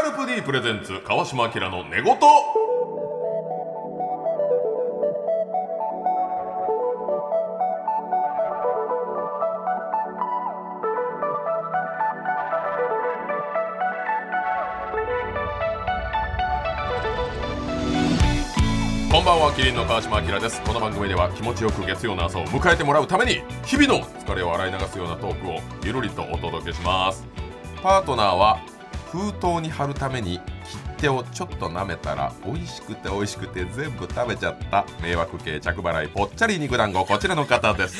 ルプ D プレゼンツ川島明の寝言。こんばんは、キリンの川島明です。この番組では気持ちよく月曜の朝を迎えてもらうために日々の疲れを洗い流すようなトークをゆるりとお届けします。パートナーは封筒に貼るために切手をちょっと舐めたら美味しくて美味しくて全部食べちゃった迷惑系着払いぽっちゃり肉団子、こちらの方です。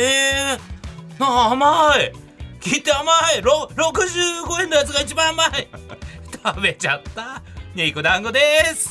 甘い、切手甘い、65円のやつが一番甘い食べちゃった肉団子です。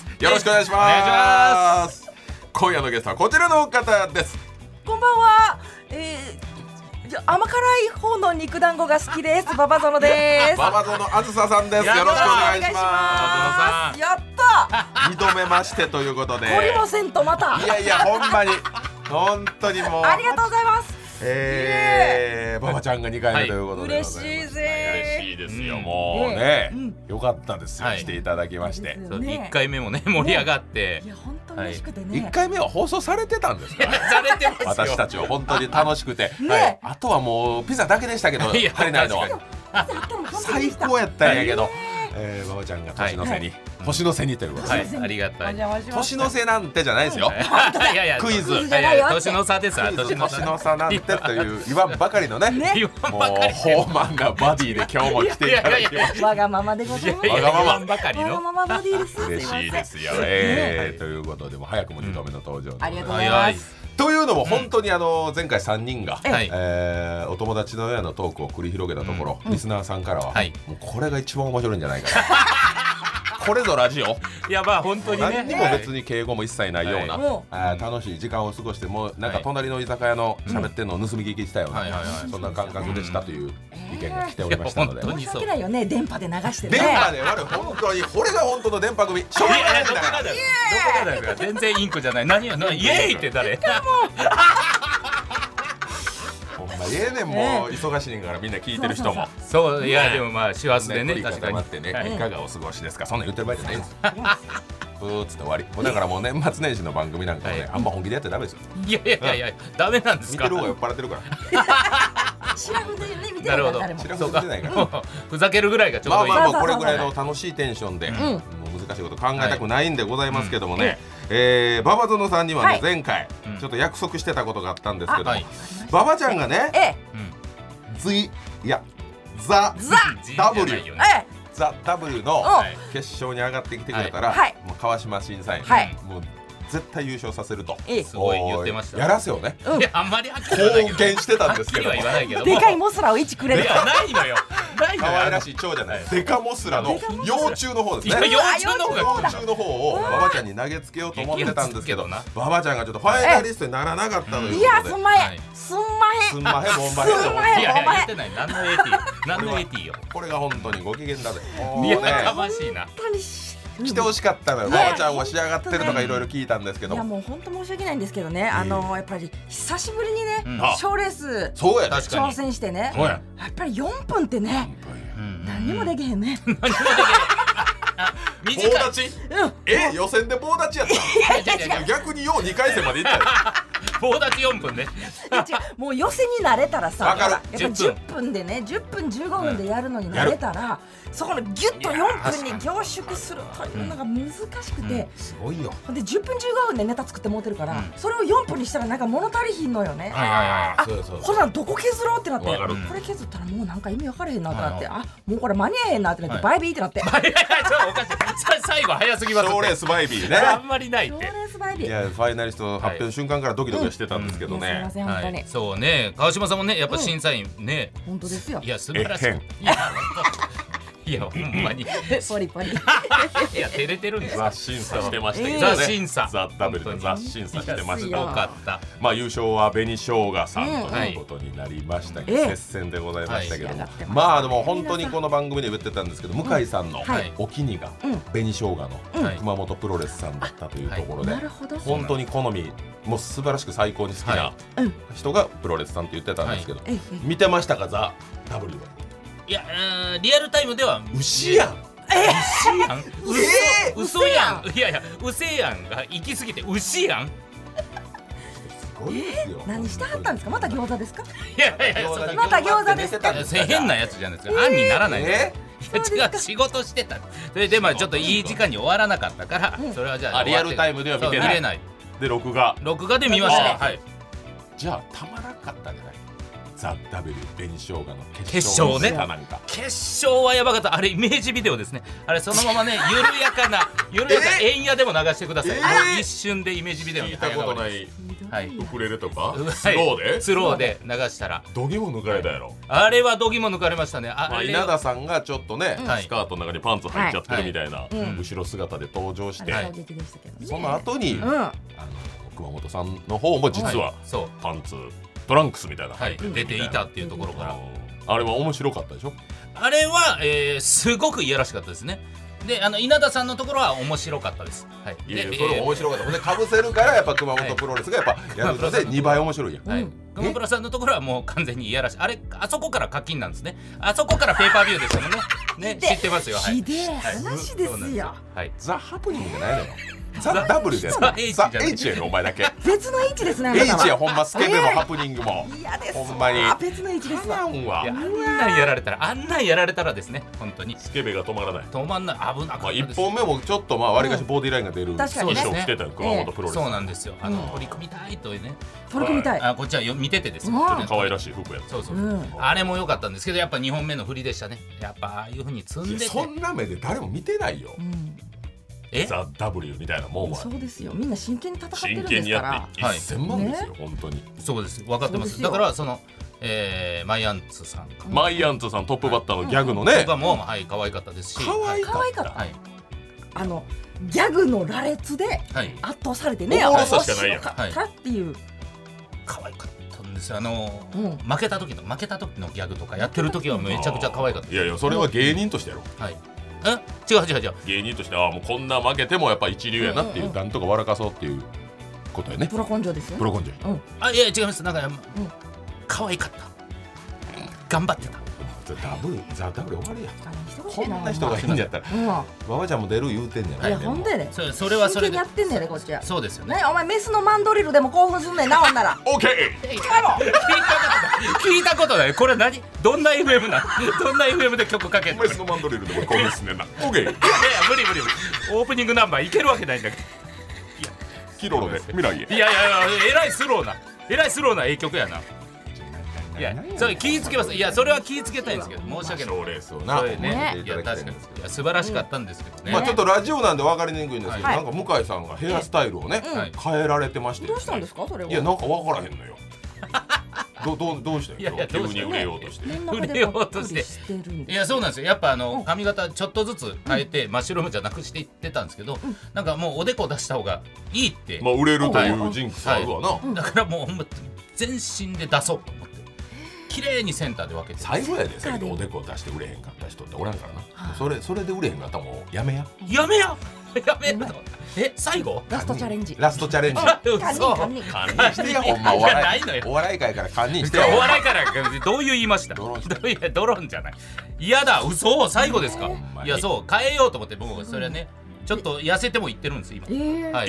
よろしくお願いします。今夜のゲストはこちらの方です。 こんばんは。甘辛い方の肉団子が好きです。ババゾノです。 ババゾノあずささんです。よろしくお願いします。 やった 2度目ましてということで、 懲りませんとまた。 いやいや、ほんまに本当にもうありがとうございます。 ババちゃんが2回目ということで、 嬉しいぜ。 嬉しいですよ。もうね、よかったですよ、来ていただきまして。 1回目もね盛り上がって、 いや本当に嬉しくてね。 1回目は放送されてたんですか？ されてますよ。 私たちは本当に楽しくて、あとはもうピザだけでしたけど、足りないのは最高やったんやけど、ババちゃんが年の瀬に星の瀬にということで、 ありがたい。 年の瀬なんてじゃないですよ。 いやいやクイズ、 年の差です。 年の差なんてという言わんばかりのね、もうホーマンなバディで今日も来ていただきました。 わがままでございます。 わがままばかりのわがままバディです。 嬉しいですよ。ということで、も早くも2度目の登場。 ありがとうございます。 というのも本当に前回3人がお友達のようなトークを繰り広げたところ、リスナーさんからはもうこれが一番面白いんじゃないかな。これぞラジオ。 いや、まあ本当にね、 何にも別に敬語も一切ないような楽しい時間を過ごして、もうなんか隣の居酒屋の喋ってんのを盗み聞きしたような、そんな感覚でしたという意見が来ておりましたので。 申し訳ないよね、電波で流してね。 電波で本当にこれが本当の電波組。しょうがないんだから。 どこがだよ。全然インクじゃない。何イエーイって誰？ もう忙しいねんから、みんな聞いてる人も。 そう、いやでもまあ師走でね、確かにってね、いかがお過ごしですか。そんな言ってる場合じゃないんですよ。ブーッつって終わり。だからもう年末年始の番組なんかね、あんま本気でやってダメですよ。 いやダメなんですか。 見てる方が酔っ払ってるから。 シラフでね、見てるから誰も。 シラフで見てないから。 ふざけるぐらいがちょうどいい。 まあこれぐらいの楽しいテンションで、もう難しいこと考えたくないんでございますけどもね。ババゾノさんにはね、前回ちょっと約束してたことがあったんですけども、ババちゃんがね、ザ・ W の決勝に上がってきてくれたら、もう川島審査員もう絶対優勝させるとすごい言ってました。 やらせをね、 あんまり貢献してたんですけど、 でかいモスラを1くれる。 ないのよ。 可愛らしい蝶じゃない、デカモスラの幼虫の方ですね。 幼虫の方をババちゃんに投げつけようと思ってたんですけど、ババちゃんがちょっとファイナリストにならなかったということで、 いや、すんまへんいや言ってない。何の AT よ。 これが本当にご機嫌だぜ。 いや、かましいな。 来てほしかったのよ。ババちゃんは仕上がってるとかいろいろ聞いたんですけど、 いやもう本当申し訳ないんですけどね、やっぱり久しぶりにね、賞レース挑戦してね、やっぱり4分ってね、何にもできへんね。 棒立ち？予選で棒立ちやった。逆によう2回戦までいったよ。 棒立ち4分ね。 もう寄せに慣れたらさ、やっぱ10分でね、10分15分でやるのに慣れたら、そこのギュッと4分に凝縮するというのが難しくて、 すごいよ。 で10分15分でネタ作ってもうてるから、それを4分にしたらなんか物足りひんのよね。ほらどこ削ろうってなって、これ削ったらもうなんか意味分からへんなってなって、もうこれ間に合えへんなってなって、バイビーってなって。 最後早すぎます。 賞レースバイビーね。 あんまりないって。 いや、ファイナリスト発表の瞬間からドキドキしてたんですけどね。 そうね、川島さんもね、やっぱ審査員ね。 本当ですよ。 いや、素晴らしい。いや、ほんまにポリポリ。いや、照れてるんです。 ザ審査してましたけどね。 ザ審査、 ザ・ダブルでザ審査してました。 よかった。 まあ優勝は紅しょうがさんということになりましたけど、接戦でございましたけども、まあでも本当にこの番組で言ってたんですけど、向井さんのお気にが紅しょうがの熊本プロレスさんだったというところで、本当に好みもう素晴らしく最高に好きな人がプロレスさんって言ってたんですけど、見てましたか？ザ・ダブルは。 いや、リアルタイムでは牛やん。 牛やん。嘘やん。いやいや、うせやんが行き過ぎて牛やん。 すごいですよ。 何してはったんですか。また餃子ですか。 いやいや、 また餃子ですか。 変なやつじゃないですか。案にならない。いや違う、仕事してた。それでまあちょっといい時間に終わらなかったから、それはじゃあリアルタイムでは見てない。で録画で見ました。はい。 じゃあたまらなかったんじゃない。ザ・ W 紅生姜の決勝ね。決勝はやばかった。あれイメージビデオですね。あれそのままね、緩やか円矢でも流してください。一瞬でイメージビデオに聞いたことない。 はい、 ウクレレとかスローで流したらどぎも抜かれたやろ。 あれはどぎも抜かれましたね。 稲田さんがちょっとね、スカートの中にパンツ入っちゃってるみたいな後ろ姿で登場して、その後に熊本さんの方も実はパンツトランクスみたいな出ていたっていうところから、 あれは面白かったでしょ。 あれはすごくいやらしかったですね。で稲田さんのところは面白かったです。はい。 いやそれも面白かった。でかぶせるからやっぱ熊本プロレスがやっぱやるので2倍面白いやん。 はい。熊プロさんのところはもう完全にいやらしい。あそこから課金なんですね。あそこからペーパービューですもんね。ね、知ってますよ。はい。 ひでえ話ですよ。 はい。 ザ・ハプニングじゃないのよ。ザ・ W でザ・ H やねお前だけ。 別の H ですね。 H やほんまスケベもハプニングも。 嫌です。 ほんまに。 別の H ですわ。 あんなんやられたらですね、本当にスケベが止まらない。 止まんない。危なかったです。 1本目もちょっとわりかしボディラインが出る衣装着てたよ熊本プロレス。 そうなんですよ。取り組みたいというね。 取り組みたい。 こっちは見ててですよ。 可愛らしい服や。 そう。あれも良かったんですけど、やっぱ2本目の振りでしたね。やっぱああいう風に積んでて。 そんな目で誰も見てないよ。ザ・ W みたいなもんは。 そうですよ。みんな真剣に戦ってるんですから。 真剣にやって1000万ですよ本当に。 そうです。分かってます。だからそのマイアンツさんトップバッターのギャグのね。 僕はもう可愛かったですし。 可愛かった。ギャグの羅列で圧倒されてね。 面白さしかないやん。 っていう。 可愛かったんですよ。負けた時のギャグとかやってる時はめちゃくちゃ可愛かった。 いやいやそれは芸人としてやろ。 はい。違う芸人としてもうこんな負けてもやっぱ一流やなっていう、なんとか笑かそうっていうことやね。 プロ根性ですよ。 プロ根性。 いや違います。なんか可愛かった。頑張ってた。 ザ・ W 終わりや。こんな人がいいんやったら馬場ちゃんも出る言うてんねん。 いやほんでね。 それはそれでやってんねんねこっちは。 そうですよね。 お前メスのマンドリルでも興奮すんねんなほんなら。 オッケー。 聞いたことない。これ何？どんな FM な？どんな FM で曲かけて？ メスのマンドリルでも興奮すんねんな。オッケー。いや無理。オープニングナンバーいけるわけないんだけど。 キロロで未来へ。 いやえらいスローな曲やな。いやそれ気ぃつけます。いやそれは気ぃつけたいんですけど、申し訳ない。 賞レースをな。 いや確かに素晴らしかったんですけどね。 ちょっとラジオなんで分かりにくいんですけど、なんか向井さんがヘアスタイルをね変えられてまして。 どうしたんですかそれは。 いやなんか分からへんのよ。どうして急に売れようとして。 いやそうなんですよ。やっぱ髪型ちょっとずつ変えてマッシュルームじゃなくしていってたんですけど、なんかもうおでこ出した方がいいって。 売れるというジンクスあるわな。 だからもう全身で出そうと思って。綺麗にセンターで分けて最後やで。最後おでこ出して売れへんかった人っておらんからな。それで売れへんかったらもうやめるの。最後ラストチャレンジ。 堪忍してやほんま。お笑い界から堪忍してや。 お笑いからどういう言いました。ドロンじゃない。嫌だ。嘘。最後ですか。いやそう変えようと思って僕それはねちょっと痩せてもいってるんです今。はい。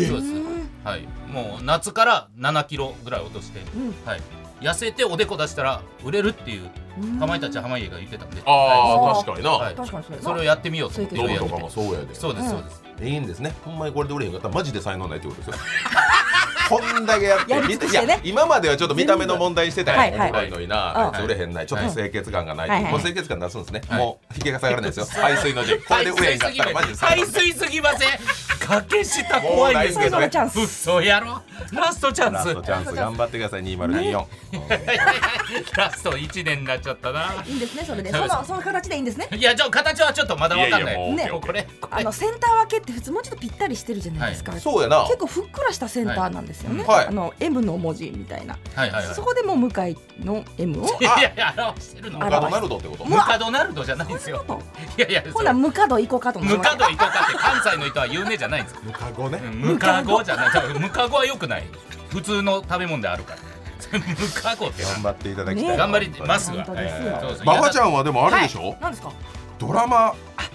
そうです。はい。もう夏から7キロぐらい落として。はい。痩せておでこ出したら売れるっていうかまいたち濱家が言ってたんで。 確かにな。 それをやってみようと思って。 ドブとかもそうやで。 そうです。 いいんですね。ほんまにこれで売れへんかったらマジで才能ないってことですよ。こんだけやって今まではちょっと見た目の問題にしてたよ。おもろいのにな、売れへんない、ちょっと清潔感がない。もう清潔感出すんですね。もうひげが下がらないですよ。排水の字。これで売れへんかったらマジで排水すぎません。掛下怖いんですけど。嘘やろ。ラストチャンス頑張ってください。2024。 ラスト1年になっちゃったな。 いいんですねそれで。その形でいいんですね。 いや形はちょっとまだわかんない。 ねこれセンター分けって普通もうちょっとぴったりしてるじゃないですか。 そうやな。 結構ふっくらしたセンターなんですよね。M の文字みたいな。そこでもう向井の M をいや表してるの。 ムカドナルドってこと。 ムカドナルドじゃないんですよ。いやほなムカド行こうかと思う。 ムカド行こうかって関西の人は有名じゃないんですよ。 ムカゴね。 ムカゴじゃない。ムカゴは良くない。普通の食べ物であるから。ムカゴって頑張っていただきたい。 頑張りますわ。 馬場ちゃんはでもあれでしょ。 何ですか。 ドラマ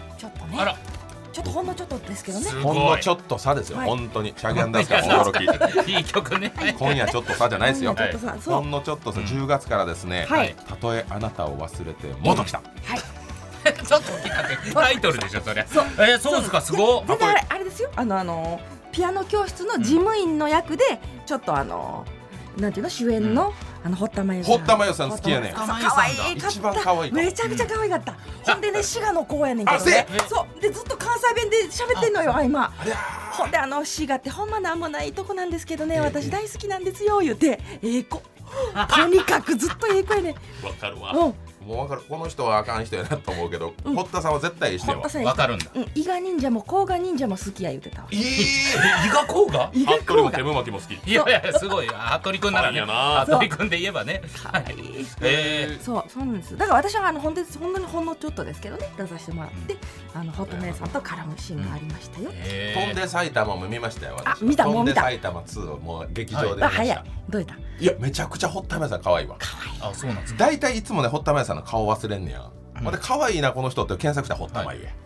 ね。ちょっとほんのちょっとですけどね。 ほんのちょっと差ですよ、本当に。シャギアンダンスからも驚き。 いい曲ね。 今夜ちょっと差じゃないですよ。 ほんのちょっと差、10月からですね、たとえあなたを忘れてもときた。 ちょっと聞いたってタイトルでしょそれ。そうですか、すごい。 全然あれですよ、ピアノ教室の事務員の役でちょっとなんていうの、主演の堀田真由さん。 堀田真由さん好きやねん。 可愛いかった。 一番可愛い。 めちゃくちゃ可愛かった。ほんでね、滋賀の子やねんけどね。そうでずっと関西弁で喋ってんのよ今。ほんで滋賀ってほんまなんもないとこなんですけどね、私大好きなんですよ言って子。とにかくずっと子やねん。 わかるわ。もう分かる、この人はあかん人やなと思うけど、堀田さんは絶対いい人やわ。 分かるんだ。 伊賀忍者も甲賀忍者も好きや言ってたわ。 伊賀甲賀？ 服部も手巻きも好き。 いやいや、すごい。服部君ならね、服部君で言えばね。 そうなんです。だから私は本当にほんのちょっとですけどね、出させてもらって堀田真由さんと絡むシーンがありましたよ。 飛んで埼玉も見ましたよ私。 見た。 飛んで埼玉2をもう劇場で見ました。 早い。どうやった？ いや、めちゃくちゃ堀田真由さん可愛いわ。 あ、そうなんですか。 大体いつもね、堀田真由さんの顔忘れんねや。で可愛いなこの人って検索したら堀田真由や。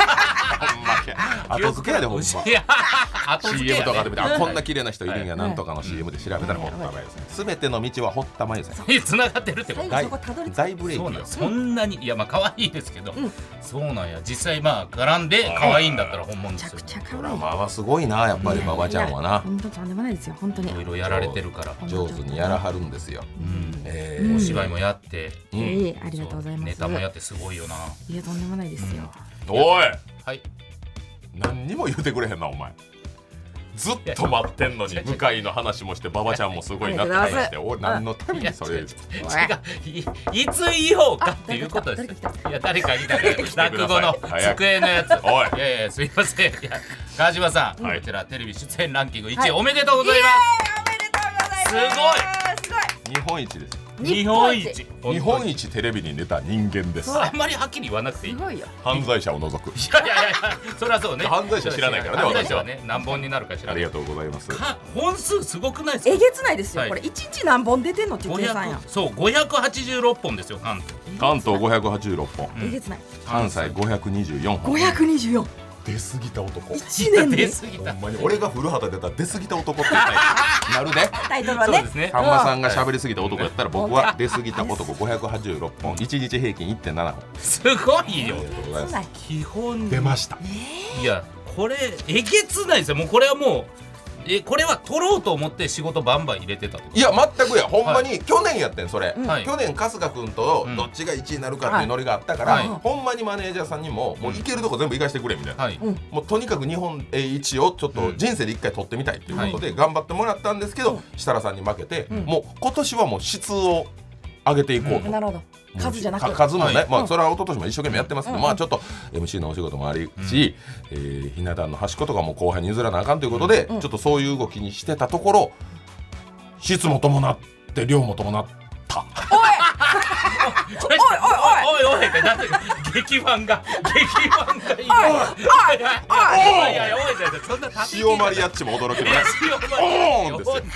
後付けやでほんま。CM とかで見て、こんな綺麗な人いるんや、なんとかの CM で調べたら堀田真由さん。すべての道は堀田真由さん。 繋がってるってこと。 大ブレーキよ。 そんなに、いやまあ可愛いですけど、そうなんや。実際まあ絡んで可愛いんだったら本物ですよ。 ドラマはすごいな、やっぱり馬場ちゃんはな。 本当とんでもないですよ、本当に。 いろいろやられてるから。 上手にやらはるんですよ。 お芝居もやって、 ありがとうございます。 ネタもやってすごいよな。 いや、とんでもないですよ。 おい。 はい。 何にも言うてくれへんなお前。ずっと待ってんのに向井の話もして馬場ちゃんもすごいなって話して、俺何のためにそれ。違う、 いつ言おうかっていうことです。いや、誰かいたから落語の机のやつ。 おい、 いやいや、すいません。川島さん、こちらテレビ出演ランキング1位おめでとうございます。 おめでとうございます。 すごい。 日本一です。 日本一。 日本一テレビに出た人間です。 あんまりはっきり言わなくていい。 すごいよ。 犯罪者を除く。 いやいやいや、それはそうね。 犯罪者知らないからね。 犯罪者はね、何本になるか知らない。 ありがとうございます。 本数すごくないですか。 えげつないですよ。これ一日何本出てんのって計算や。 そう、586本ですよ関東。 関東586本。 えげつない。 関西524本。 524。 出過ぎた男。 1年で出過ぎた。 ほんまに俺が古畑出たら出過ぎた男ってなるね。 タイトルはね。 さんまさんが喋りすぎた男やったら僕は出過ぎた男586本。1日平均 1.7 本。 すごいよ。 基本出ました。 いや、これえげつないですよ。もうこれはもう。これは取ろうと思って仕事バンバン入れてたと。 いや全くや、ほんまに去年やってんそれ。去年春日君とどっちが1位になるかっていうノリがあったから、ほんまにマネージャーさんにももう行けるとこ全部行かしてくれみたいな、もうとにかく日本一をちょっと人生で1回取ってみたいっていうことで頑張ってもらったんですけど、設楽さんに負けて、もう今年はもう質を上げていこうと。 なるほど。数じゃなくて数もね、まあそれは一昨年も一生懸命やってますけど、まあちょっと MC のお仕事もありし、ひな壇の端っことかも後輩に譲らなあかんということで、ちょっとそういう動きにしてたところ、質も伴って量も伴った。 おいおいってなって激ファンがいる。おいそんな塩マリアッチも驚きのね。 塩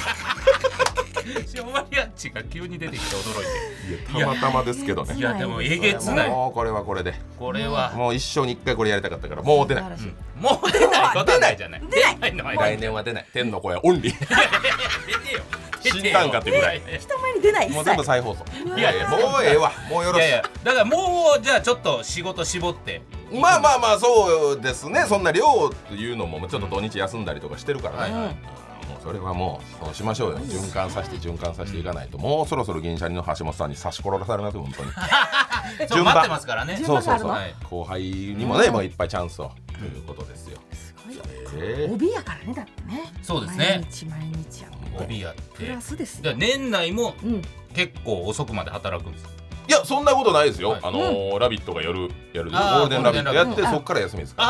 マリアッチが急に出てきて驚いて。 たまたまですけどね。 いやでもえげつない。 もうこれはこれで。 これはもう一生に一回これやりたかったからもう出ない。 もう出ないことはないじゃない。 出ないの来年は出ない。天の声オンリー。 出てよ。 死んだんかってぐらい。 人前に出ない。 もう全部再放送。 いやいやもうええわ。もうよろしい。 だからもうじゃあちょっと仕事絞って。 まあそうですね。そんな量っていうのもちょっと土日休んだりとかしてるからね。それはもうそうしましょうよ。循環させていかないと、もうそろそろ銀シャリの橋本さんに刺し殺されますよ本当に。 順番待ってますからね。 そう後輩にもね、もういっぱいチャンスをということですよ。 すごいよ。帯やからね、だってね。 そうですね。 毎日や帯やってプラスですよ。年内も結構遅くまで働くんです。 いやそんなことないですよ。ラビットが夜やるゴールデンラビットやって、そっから休みですから。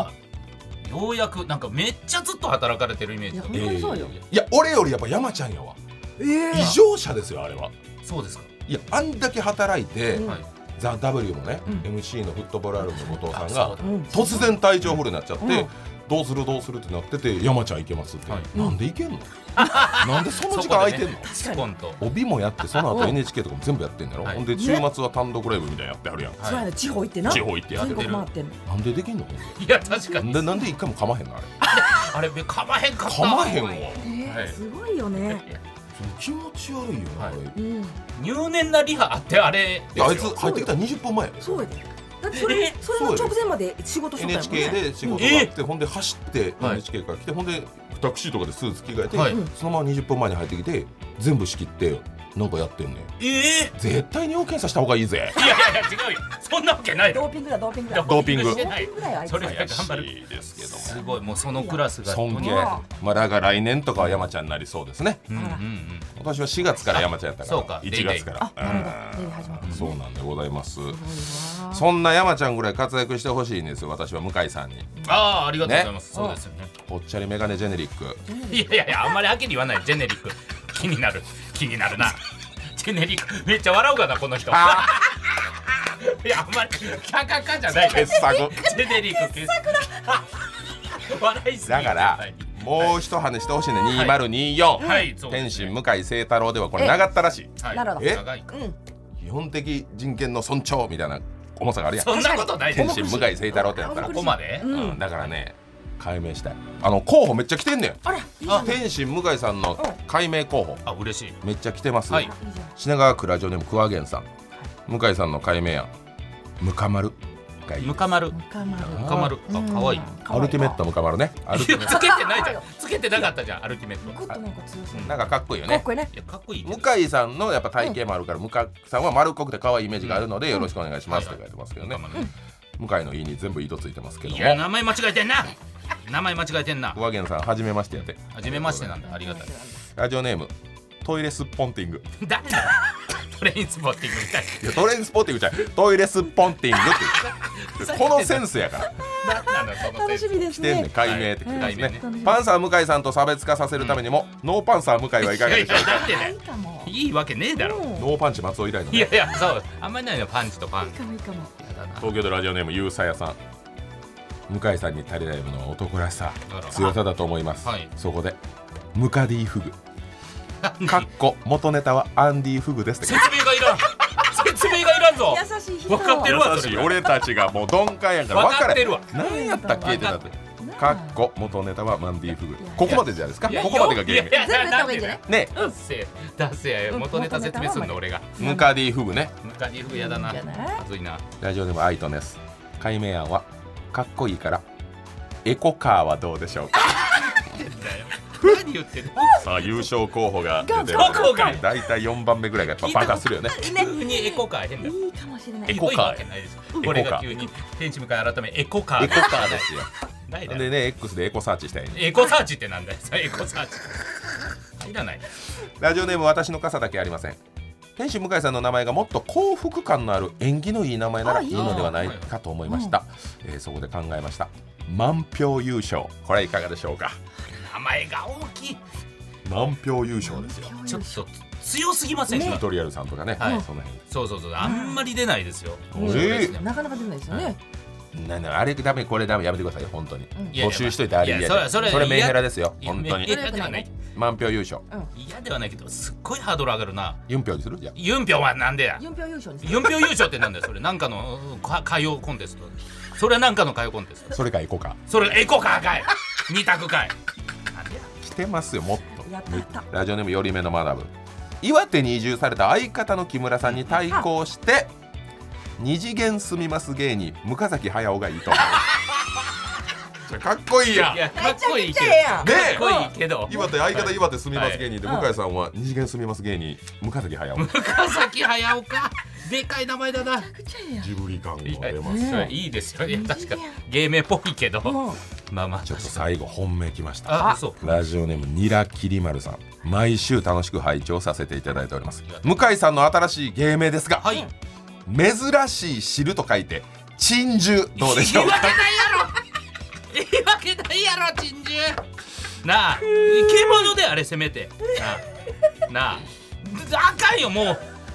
ようやくなんかめっちゃずっと働かれてるイメージだ。 いや俺よりやっぱ山ちゃんやわ。異常者ですよあれは。 そうですか。 いやあんだけ働いてザ・ W もね、MC のフットボールアルバムの後藤さんが突然体調不良になっちゃって、どうするってなってて、山ちゃん行けますって、なんで行けんのなんでその時間空いてんの帯もやってその後 NHK とかも全部やってんだろ、ほんで週末は単独ライブみたいなやってはるやん。 そうやね、地方行ってな、 地方行ってやってる。なんでできんの？ いや確かになんで一回も噛まへんのあれ。 あれ噛まへんかった。 噛まへんわ。 すごいよね。 気持ち悪いよね。 入念なリハあってあれ。 あいつ入ってきたら20分前。 そうやで。だってそれの直前まで仕事してたもんね。 NHK で仕事があって、ほんで走って NHK から来て、ほんでタクシーとかでスーツ着替えて、そのまま20分前に入ってきて全部仕切ってなんかやってんねん。絶対尿検査した方がいいぜ。 いや違うよ、そんなわけない。 ドーピングしてない。それは頑張るですけども、 すごい、もうそのクラスが尊敬。まあだから来年とかは山ちゃんになりそうですね。私は4月から山ちゃんやったから1月から。そうなんでございます。そんな山ちゃんぐらい活躍してほしいんですよ、私は向井さんに。 ありがとうございます。そうですよね。 ぽっちゃりメガネジェネリック。 いやあんまりはっきり言わない。ジェネリック気になるな。ジェネリックめっちゃ笑うかなこの人。いやあんまりキャカカじゃない。傑作。ジェネリック傑作だ。笑いすぎ。 だからもう一話してほしいね。2024天心向井聖太郎ではこれ長ったらしい。基本的人権の尊重みたいな重さがあるやん。 そんなことないで天心向井聖太郎ってやったらここまで。 だからね、解明したい。候補めっちゃ来てんねん。天心向井さんの解明候補嬉しい。 めっちゃ来てます。品川区ラジオネームクワゲンさん。向井さんの解明案ムカマルがいい。 ムカマルかわいい。 アルティメットムカマルね。 つけてないじゃん。つけてなかったじゃんアルティメット。 なんかかっこいいよね。 かっこいい。 向井さんのやっぱ体型もあるから、向井さんは丸っこくて可愛いイメージがあるのでよろしくお願いしますって書いてますけどね。向井の「い」に全部糸ついてますけども。 いや名前間違えてんな。クワゲンさんはじめましてやって。 はじめましてなんだ。ありがたい。 ラジオネームトイレスポンティング。 誰だ。トレインスポッティングみたい。 いやトレインスポッティングじゃない、トイレスポンティングってこのセンスやから。 楽しみですね。 解明って聞いてますね。パンサー向井さんと差別化させるためにもノーパンサー向井はいかがでしょうか。 いいわけねえだろ。 ノーパンチ松尾以来の。 いやそうあんまりないのパンチとパン。 東京都ラジオネームゆうさやさん。向井さんに足りないものは男らしさ、強さだと思います。そこでムカディフグかっこ元ネタはアンディフグですって。 説明がいらんぞ。 優しい人。 分かってるわ。 俺たちがもう鈍感やから分かる。 わ。 何やったっけってなって。かっこ元ネタはマンディフグ。ここまでじゃないですか。ここまでがゲーム。 全部言った方がいいんじゃない？ ね。 出せや元ネタ説明すんの俺が。 ムカディフグね。 ムカディフグやだな。まずいな。 ラジオでもアイトネス。解明案はかっこいいからエコカーはどうでしょうか。 何言ってんの。 さあ優勝候補が出てる。だいたい4番目ぐらいがやっぱバカするよね。 急にエコカー変だ。 いいかもしれない。 エコカー。 これが急に天使向かい改めエコカー。 エコカーですよ。でね X でエコサーチしたい。 エコサーチってなんだよ。エコサーチ。いらない。 ラジオネーム私の傘だけありません。天使向井さんの名前がもっと幸福感のある縁起のいい名前ならいいのではないかと思いました。そこで考えました。満票優勝、これはいかがでしょうか。 名前が大きい。 満票優勝ですよ。 ちょっと強すぎませんか。 チュートリアルさんとかね。 そうあんまり出ないですよ。 なかなか出ないですよね。 あれダメこれダメやめてくださいよ本当に。募集しといてあれ嫌。それメンヘラですよ本当に。 嫌ではない。 満票優勝。 嫌ではないけどすっごいハードル上がるな。 4票にするじゃ。 4票はなんでや。 4票優勝です。 4票優勝ってなんだよそれ。なんかの歌謡コンテスト。それはなんかの歌謡コンテスト。 それかエコか。 それエコかかい。2択かい。 来てますよもっと。ラジオネームよりめのマダム。岩手に移住された相方の木村さんに対抗して二次元住みます芸人向崎駿がいいと思う。かっこいいやん。 いやかっこいいけど。 ねかっこいいけど。 岩手相方岩手住みます芸人で向井さんは二次元住みます芸人向崎駿。 向崎駿か。でかい名前だな。 ジブリ感が出ます。 いいですよね。確か芸名っぽいけど。まあちょっと最後本命きました。 ラジオネームニラキリマルさん。毎週楽しく拝聴させていただいております。向井さんの新しい芸名ですが、珍しい汁と書いて珍獣どうでしょうか。 いいわけないやろ珍獣。なあ獣であれせめて。なああかんよもう。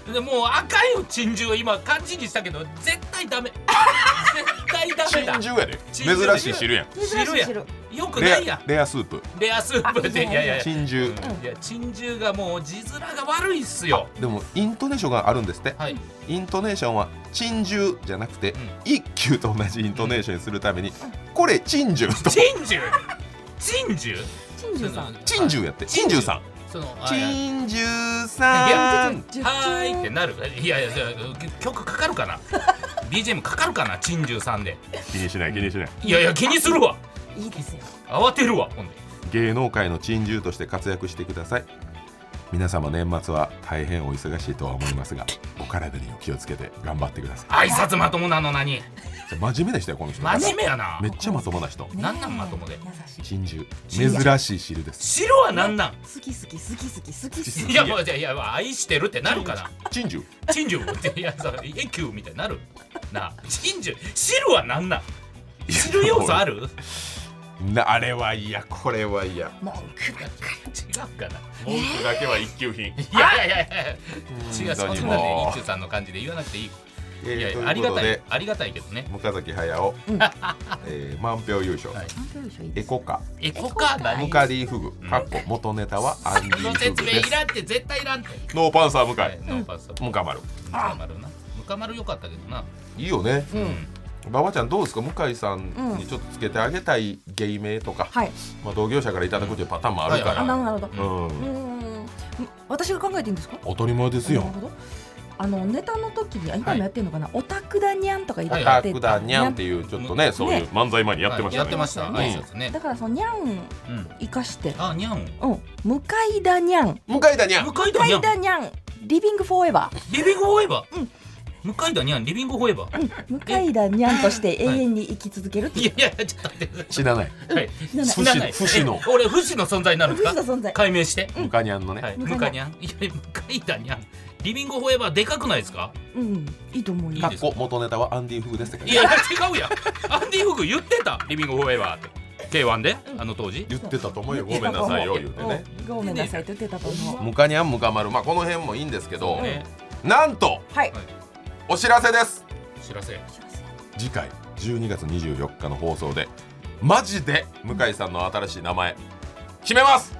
でもうあかんよ珍獣。今漢字にしたけど絶対ダメ。絶対ダメだ。 珍獣やで。珍しい汁やん。 汁やよくないやん。 レアスープ。 レアスープで。いやいや珍獣。 いや珍獣がもう字面が悪いっすよ。 でもイントネーションがあるんですって。 はい。 イントネーションは珍獣じゃなくて、一休と同じイントネーションにするために、これ珍獣と。 珍獣。珍獣。 珍獣さん。 珍獣やって。珍獣さん。珍獣さん。 はーいってなる。いやいや曲かかるかな。BGM かかるかな。珍獣さんで。 気にしない気にしない。 いやいや気にするわ。 いいですよ。 慌てるわ。ほんで。 芸能界の珍獣として活躍してください。皆様年末は大変お忙しいとは思いますが、お体にお気をつけて頑張ってください。挨拶まともなの何。 真面目な人やこの人。 真面目やな。 めっちゃまともな人。 なんなんまともで。 珍獣。珍しい汁です。 汁はなんなん。 好き好き好き好き好き好き。 いやもういや愛してるってなるかな。 珍獣。 珍獣っていやさ永久みたいになる。な珍獣。汁はなんなん。汁要素ある。 あれは嫌、これは嫌。 文句ばっかり。違うかな。 文句だけは一級品。 いやいや違う、そんなね一休さんの感じで言わなくていい。いやありがたいありがたいけどね。 向崎駿満票優勝。エコカムカディフグ元ネタはアンディフグです。 説明いらんって絶対いらんって。 ノーパンサー向井。 ノーパンサームカマル。 ムカマル良かったけどな。 いいよね。馬場ちゃんどうですか。向井さんにちょっとつけてあげたい芸名とか、まあ同業者からいただくというパターンもあるから。 なるほど。私が考えていいんですか。 当たり前ですよ。 ネタの時に今もやってるのかな。オタクだにゃんとか言ってた。オタクだにゃんっていうちょっとね、そういう漫才前にやってましたね。 やってました挨拶ね。 だからそのにゃん生かして。 あにゃん。 向井だにゃん。 向井だにゃん。 向井だにゃん。リビングフォーエバー。 リビングフォーエバー。向井田にゃんリビングフォーエバー。 向井田にゃんとして永遠に生き続けるって。 いやちょっと待って。 知らない。 知らない。 不死の。 俺不死の存在になるんですか。解明して。 向井にゃんのね。 向井にゃん。いや向井田にゃん。リビングフォーエバーでかくないですか。 いいと思う。 かっこ元ネタはアンディフグですって。 いや違うやん。アンディフグ言ってた。リビングフォーエバーって。K1 で当時言ってたと思うよ。ごめんなさいよ言ってね。 ごめんなさいって言ってたと思う。 ムカニャンムカマル、まあこの辺もいいんですけど、なんとお知らせです。 知らせ。 次回12月24日の放送でマジで向井さんの新しい名前決めます。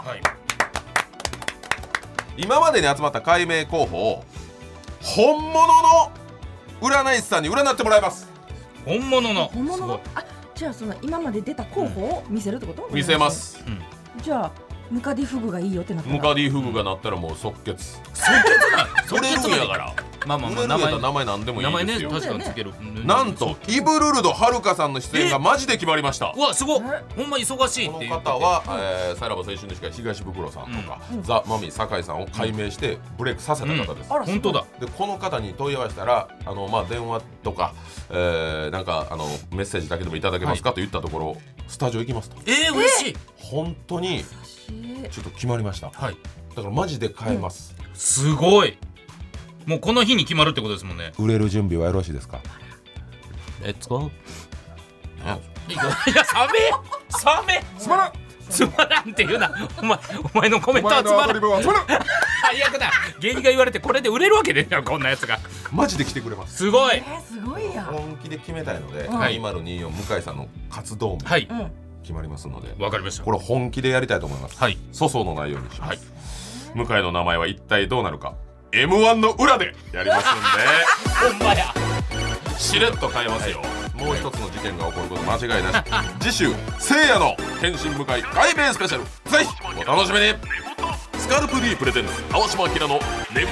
今までに集まった改名候補を本物の占い師さんに占ってもらいます。 本物の。 じゃあその今まで出た候補を見せるってこと？ 見せます。 じゃあムカディフグがいいよってなったら。 ムカディフグがなったらもう即決。 即決やから。 まあ名前なんでもいいですよ。 確かにつける。 なんとイブルルドはるかさんの出演がマジで決まりました。 うわすごい。ほんま忙しいっていう。 この方はさらば青春の光東袋さんとかザ・マミ酒井さんを改名してブレイクさせた方です。 本当だ。 でこの方に問い合わせたらまあ電話とかなんかメッセージだけでもいただけますかと言ったところスタジオ行きますと。 嬉しい。 本当にちょっと決まりました。だからマジで買えます。 すごい。もうこの日に決まるってことですもんね。 売れる準備はよろしいですか。 レッツゴー。いやサメつまらんつまらんって言うな。お前のコメントはつまらん。最悪だ。芸人が言われてこれで売れるわけねえよこんなやつが。 マジで来てくれます。 すごい。 すごいや。 本気で決めたいので2024向井さんの活動も決まりますので。 わかりました。 これ本気でやりたいと思います。粗相のないようにします。向井の名前は一体どうなるか M1 の裏でやりますんで。 ほんまや。 しれっと変えますよ。もう一つの事件が起こること間違いなし。次週せいやの変身向井改名スペシャル、ぜひお楽しみに。スカルプ D プレゼンツ川島明の寝言。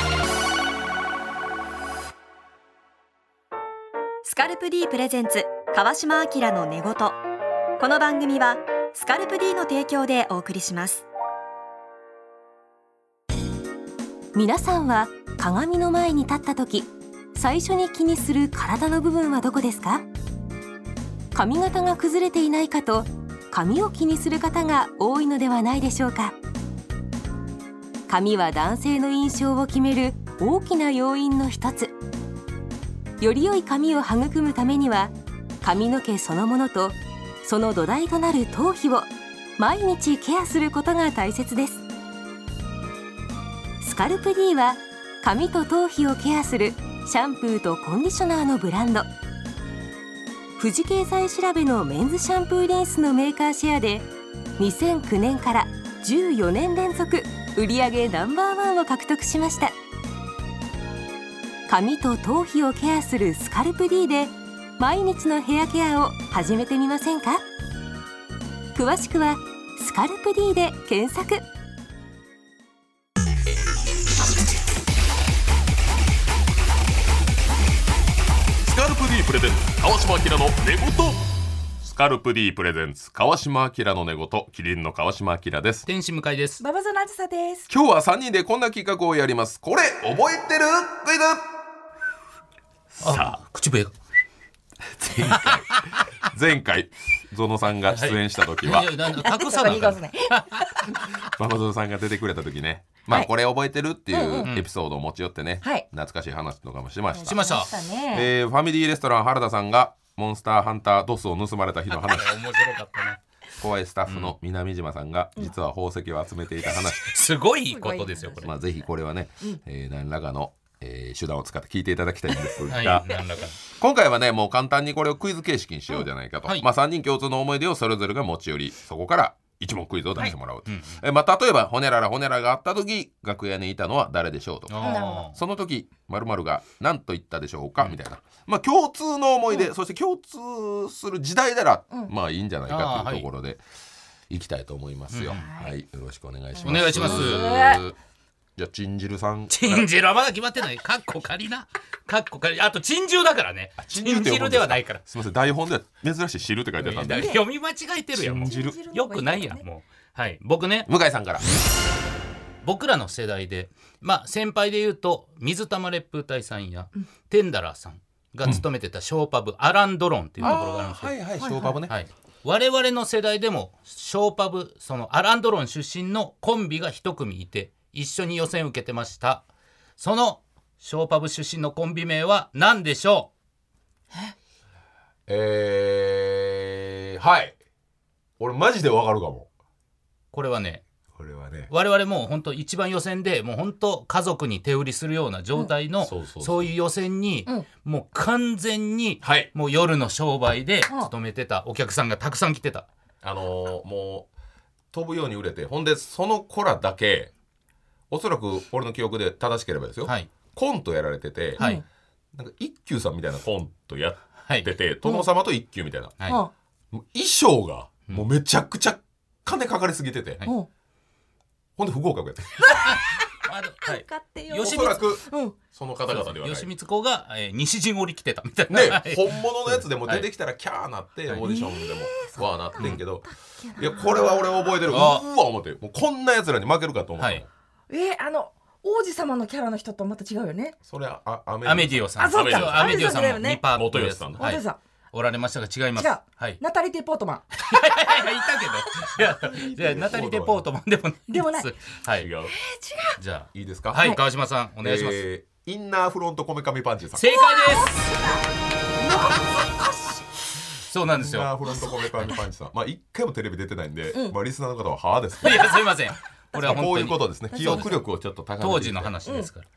スカルプ D プレゼンツ川島明の寝言。この番組はスカルプ D の提供でお送りします。皆さんは鏡の前に立った時最初に気にする体の部分はどこですか？髪型が崩れていないかと髪を気にする方が多いのではないでしょうか。髪は男性の印象を決める大きな要因の一つ。より良い髪を育むためには髪の毛そのものとその土台となる頭皮を毎日ケアすることが大切です。スカルプ D は髪と頭皮をケアするシャンプーとコンディショナーのブランド。富士経済調べのメンズシャンプーリンスのメーカーシェアで2009年から14年連続売上ナンバーワンを獲得しました。髪と頭皮をケアするスカルプ D で毎日のヘアケアを始めてみませんか？詳しくはスカルプ D で検索。 スカルプ D プレゼンツ川島明の寝言。スカルプ D プレゼンツ川島明の寝言、キリンの川島明です。 天使向井です。 ババゾナジサです。 今日は3人でこんな企画をやります。これ覚えてるクイズ。 さあ口笛が前回ゾノさんが出演した時は、 隠さないババゾノさんが出てくれた時ね、まあこれ覚えてるっていうエピソードを持ち寄ってね、懐かしい話とかもしました。 ファミリーレストラン原田さんがモンスターハンタードスを盗まれた日の話。 面白かったね。 怖いスタッフの南島さんが実は宝石を集めていた話。 すごいことですよこれ。 まあぜひこれはね、何らかの手段を使って聞いていただきたいんですが、今回はねもう簡単にこれをクイズ形式にしようじゃないかと、まあ3人共通の思い出をそれぞれが持ち寄り、そこから一問クイズを出してもらう、まあ、例えばホネララホネラがあった時楽屋にいたのは誰でしょうとか、その時〇〇が何と言ったでしょうか、みたいな、まあ共通の思い出、そして共通する時代なら、まあいいんじゃないかというところでいきたいと思いますよ。はい、よろしくお願いします。 お願いします。 じゃあチンジルさん。 チンジルはまだ決まってない。カッコ仮な。カッコ仮。あとチンジュだからね。チンジルではないから。 すみません、台本では珍しい汁って書いてあったんで。 読み間違えてるやん。もうよくないやんもう。はい。僕ね。 向井さんから。 僕らの世代で、まあ先輩で言うと水玉烈風隊さんやテンダラーさんが勤めてたショーパブ、アランドロンっていうところがあるんですよ。 はいはい、ショーパブね。 はい。我々の世代でもショーパブ、そのアランドロン出身のコンビが一組いて。一緒に予選受けてました。そのショーパブ出身のコンビ名は何でしょう？はい。俺マジでわかるかも。 これはね我々もう本当一番予選でもう本当家族に手売りするような状態の、そういう予選に、もう完全に、もう夜の商売で勤めてたお客さんがたくさん来てた。 もう飛ぶように売れて、ほんでその子らだけおそらく俺の記憶で正しければですよ、コントやられてて、なんか一休さんみたいなコントやってて、殿様と一休みたいな、衣装がもうめちゃくちゃ金かかりすぎてて、ほんで不合格やったおそらくその方々ではない。 吉光公が西陣織着てたみたいな、 本物のやつでも出てきたらキャーなってオーディションでもわーなってんけど、いやこれは俺覚えてる。うわ思って、もうこんなやつらに負けるかと思った。 王子様のキャラの人とまた違うよね。 それはアメディオさん。 アメディオさんも2パー元吉さんおられましたが違います。 ナタリー・テポートマン。 いたけど、ナタリー・テポートマンでもない。はい。違う。じゃあいいですか。 はい、川島さんお願いします。 インナーフロントこめかみパンチさん。 正解です。そうなんですよ。 インナーフロントこめかみパンチさん。まあ一回もテレビ出てないんで、まあリスナーの方ははあです。 いやすいません。 これはこういうことですね。記憶力をちょっと高めて。 当時の話ですから。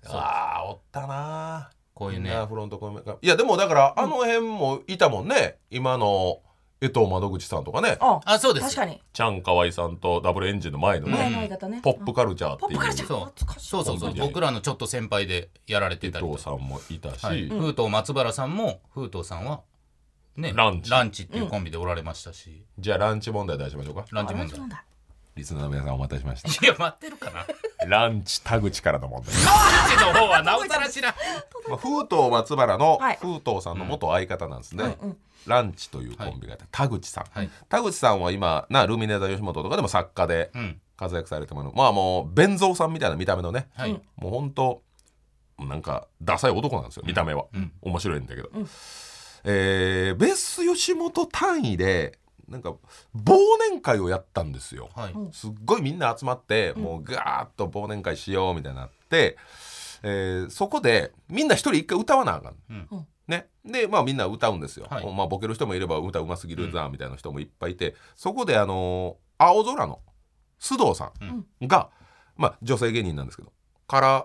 ああおったな。 こういうね。 フロントコメか。いやでもだからあの辺もいたもんね。今の江藤窓口さんとかね。 あ、そうです。 確かに。 チャンカワイさんとダブルエンジンの前のね。ポップカルチャーっていう。 そう僕らのちょっと先輩でやられてたり。 江藤さんもいたし、 風藤松原さんも風藤さんはねランチっていうコンビでおられましたし。 じゃあランチ問題出しましょうか。 ランチ問題。 リスナーの皆さんお待たせしました。 いや待ってるかな。 ランチ田口からの問題。 田口の方はなおさら知らん。 風藤松原の風藤さんの元相方なんですね。ランチというコンビが田口さん。田口さんは今ルミネ座吉本とかでも作家で活躍されてもらう。まあもう弁蔵さんみたいな見た目のね、もう本当なんかダサい男なんですよ見た目は。面白いんだけど、ベース吉本単位でなんか忘年会をやったんですよ。すっごいみんな集まって、もうガーッと忘年会しようみたいになって、そこでみんな一人一回歌わなあかん、ね、でまあみんな歌うんですよ。まあボケる人もいれば歌うますぎるざみたいな人もいっぱいいて、そこで青空の須藤さんが、まあ女性芸人なんですけどから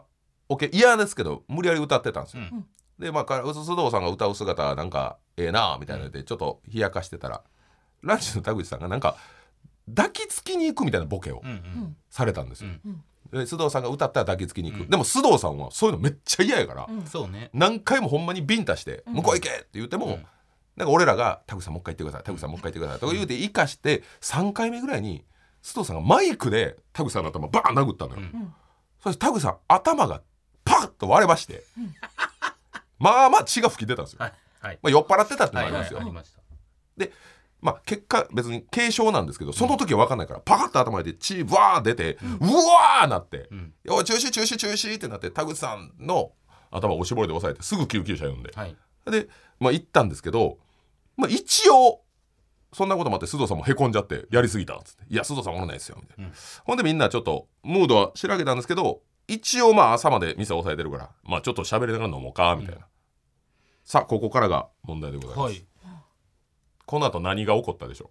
オケ嫌ですけど無理やり歌ってたんですよ、でまあ須藤さんが歌う姿なんかええなみたいなのでちょっと冷やかしてたら、ランチの田口さんがなんか抱きつきに行くみたいなボケをされたんですよ、で須藤さんが歌ったら抱きつきに行く、でも須藤さんはそういうのめっちゃ嫌やから、 そうね、 何回もほんまにビンタして向こう行けって言っても、なんか俺らが田口さんもう一回言ってください、田口さんもう一回言ってくださいとか言うて生かして3回目ぐらいに須藤さんがマイクで田口さんの頭バーン殴ったのよ、そして田口さん頭がパッと割れまして、まあまあ血が吹き出たんですよ、まあ、酔っ払ってたってのもありますよ、でまあ結果別に軽傷なんですけど、その時は分かんないからパカッと頭で血わー出て、うわーなって、よ中止中止中止ってなって、田口さんの頭をおしぼりで押さえてすぐ救急車呼んで、でまあ行ったんですけど、まあ一応そんなこともあって須藤さんもへこんじゃってやりすぎたっつって、いや須藤さんおもろないですよみたいな、ほんでみんなちょっとムードはしらけたんですけど、一応まあ朝まで店抑えてるからまあちょっと喋りながら飲もうかみたいな、さあここからが問題でございます、この後何が起こったでしょ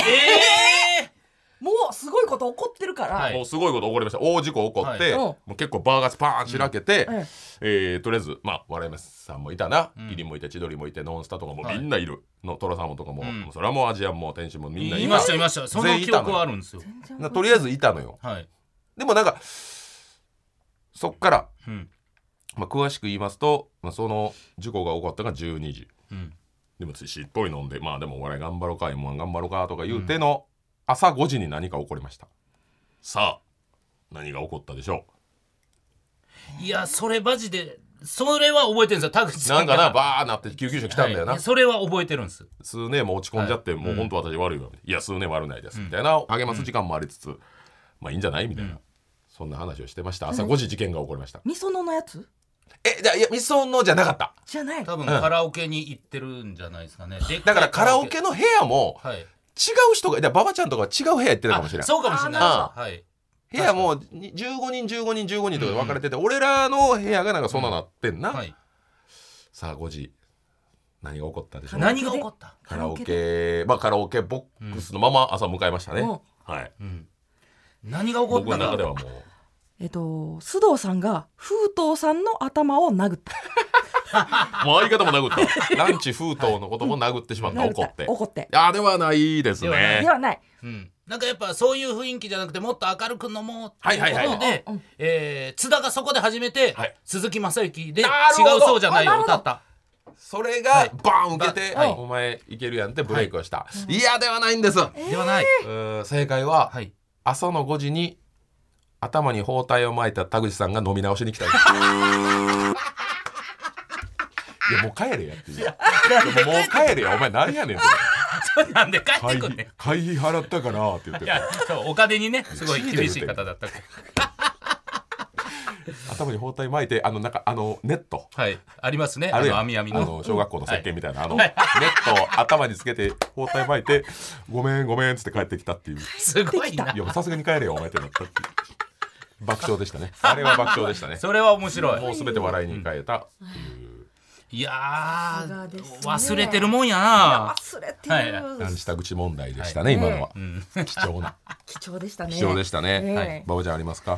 う。 もうすごいこと起こってるから、 もうすごいこと起こりました。大事故起こって、もう結構バーガーパーン開けて、とりあえずまあ笑いますさんもいたな、キリンもいて千鳥もいてノンスタとかもみんないる、のトラサーモンとかも、それはもうアジアンも天使もみんないましたいました。その記憶はあるんですよ。 とりあえずいたのよ、でもなんかそっから、まあ、詳しく言いますと、まあ、その事故が起こったのが12時、でもしっぽり飲んで、まあでもお笑い頑張ろうか M1 頑張ろうかとか言うての、朝5時に何か起こりました。さあ何が起こったでしょう。いやそれマジでそれは覚えてるんですよ。田口さんがなんかなバーなって救急車来たんだよな、 それは覚えてるんです。 数年も落ち込んじゃって、もう本当私悪いわ、いや数年悪ないですみたいな励ます時間もありつつ、まあいいんじゃないみたいな、そんな話をしてました。朝5時事件が起こりました。 みそののやつじゃあいやみそのじゃなかった。 じゃない。 多分カラオケに行ってるんじゃないですかね。 だからカラオケの部屋も違う人が、馬場ちゃんとか違う部屋行ってるかもしれない。 そうかもしれないです。 部屋も15人15人15人とかで分かれてて、俺らの部屋がなんかそんななってんな、さあ5時何が起こったでしょう。 何が起こった。 カラオケ、まあカラオケボックスのまま朝迎えましたね、はい、 何が起こった僕の中ではもう須藤さんが封筒さんの頭を殴ったもう相方も殴ったランチ封筒のことも殴ってしまった。怒ってではないですね。 ではない、 なんかやっぱそういう雰囲気じゃなくてもっと明るく飲もうっていうことで、津田がそこで初めて鈴木雅之で違うそうじゃないよ歌った。 それがバーン受けて、お前いけるやんってブレイクをした、いやではないんです。 ではない。 正解は、朝の5時に頭に包帯を巻いた田口さんが飲み直しに来たいやもう帰れやっていう、もう帰れやお前何やねんそれなんで帰ってくんねん。 会費払ったからって言って、 いやお金にねすごい厳しい方だった頭に包帯巻いてなんかネットありますね、網網の小学校の石鹸みたいなネットを頭につけて包帯巻いてごめんごめんっつって帰ってきたっていう。 すごいな。 いやさすがに帰れよお前ってなったっていう爆笑でしたね。あれは爆笑でしたね。 それは面白い。 もうすべて笑いに変えた。 いや忘れてるもんやな。 忘れてる。 ランチ田口問題でしたね、今のは。貴重な。 貴重でしたね。 貴重でしたね。馬場ちゃんありますか。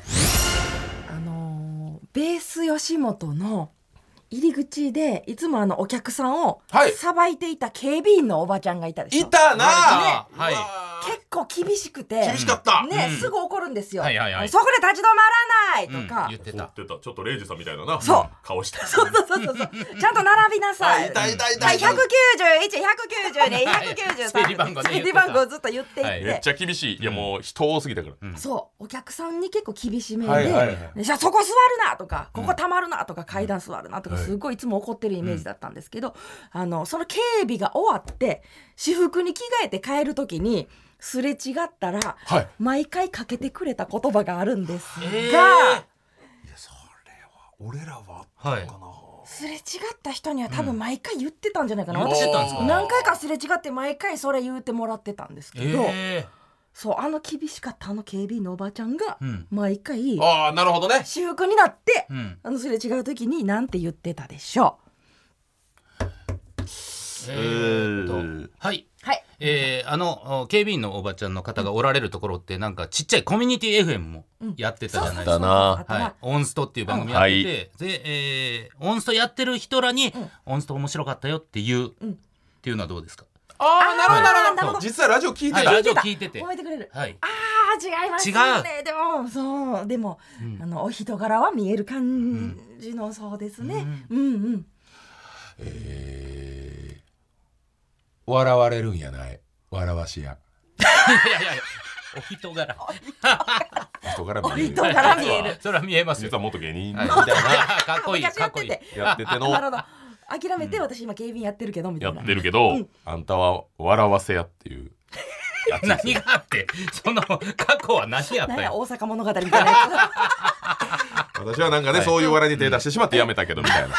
ベース吉本の入り口でいつもお客さんをさばいていた警備員のおばちゃんがいたでしょ。 いたな。 結構厳しくて厳しかったね、すぐ怒るんですよ。そこで立ち止まらないとか言ってた。 ちょっとレイジさんみたいなな顔して、 そうちゃんと並びなさい。191、192、193整理番号ずっと言っていて、 めっちゃ厳しい。いやもう人多すぎたから、 そうお客さんに結構厳しめで、じゃあそこ座るなとかここたまるなとか階段座るなとかすごいいつも怒ってるイメージだったんですけど、その警備が終わって私服に着替えて帰る時にすれ違ったら、毎回かけてくれた言葉があるんですが、いやそれは俺らはあったのかな、 すれ違った人には多分毎回言ってたんじゃないかな、私何回かすれ違って毎回それ言ってもらってたんですけど、そう厳しかった警備員のおばちゃんが毎回、 なるほどね、 私服になって、すれ違う時になんて言ってたでしょう。 警備員のおばちゃんの方がおられるところってなんかちっちゃいコミュニティ FM もやってたじゃないですか、はい、オンストっていう番組やってて、で、オンストやってる人らに、オンスト面白かったよっていうっていうのはどうですか？ なるほど。実際ラジオ聞いてた。 ラジオ聞いてて褒めてくれる。 はい。 違いますね。でもお人柄は見える感じの、そうですね。 笑われるんやない。笑わしや。 いやお人柄。 お人柄見える。 それは見えますよ。 実は元芸人みたいな。 かっこいい。 やってての。なるほど。諦めて私今警備員やってるけどみたいな。 やってるけど、あんたは笑わせやっていう。 何があってその過去は何やったよ。 大阪物語みたいなやつ。私はなんかね、そういう笑いに手出してしまってやめたけどみたいな。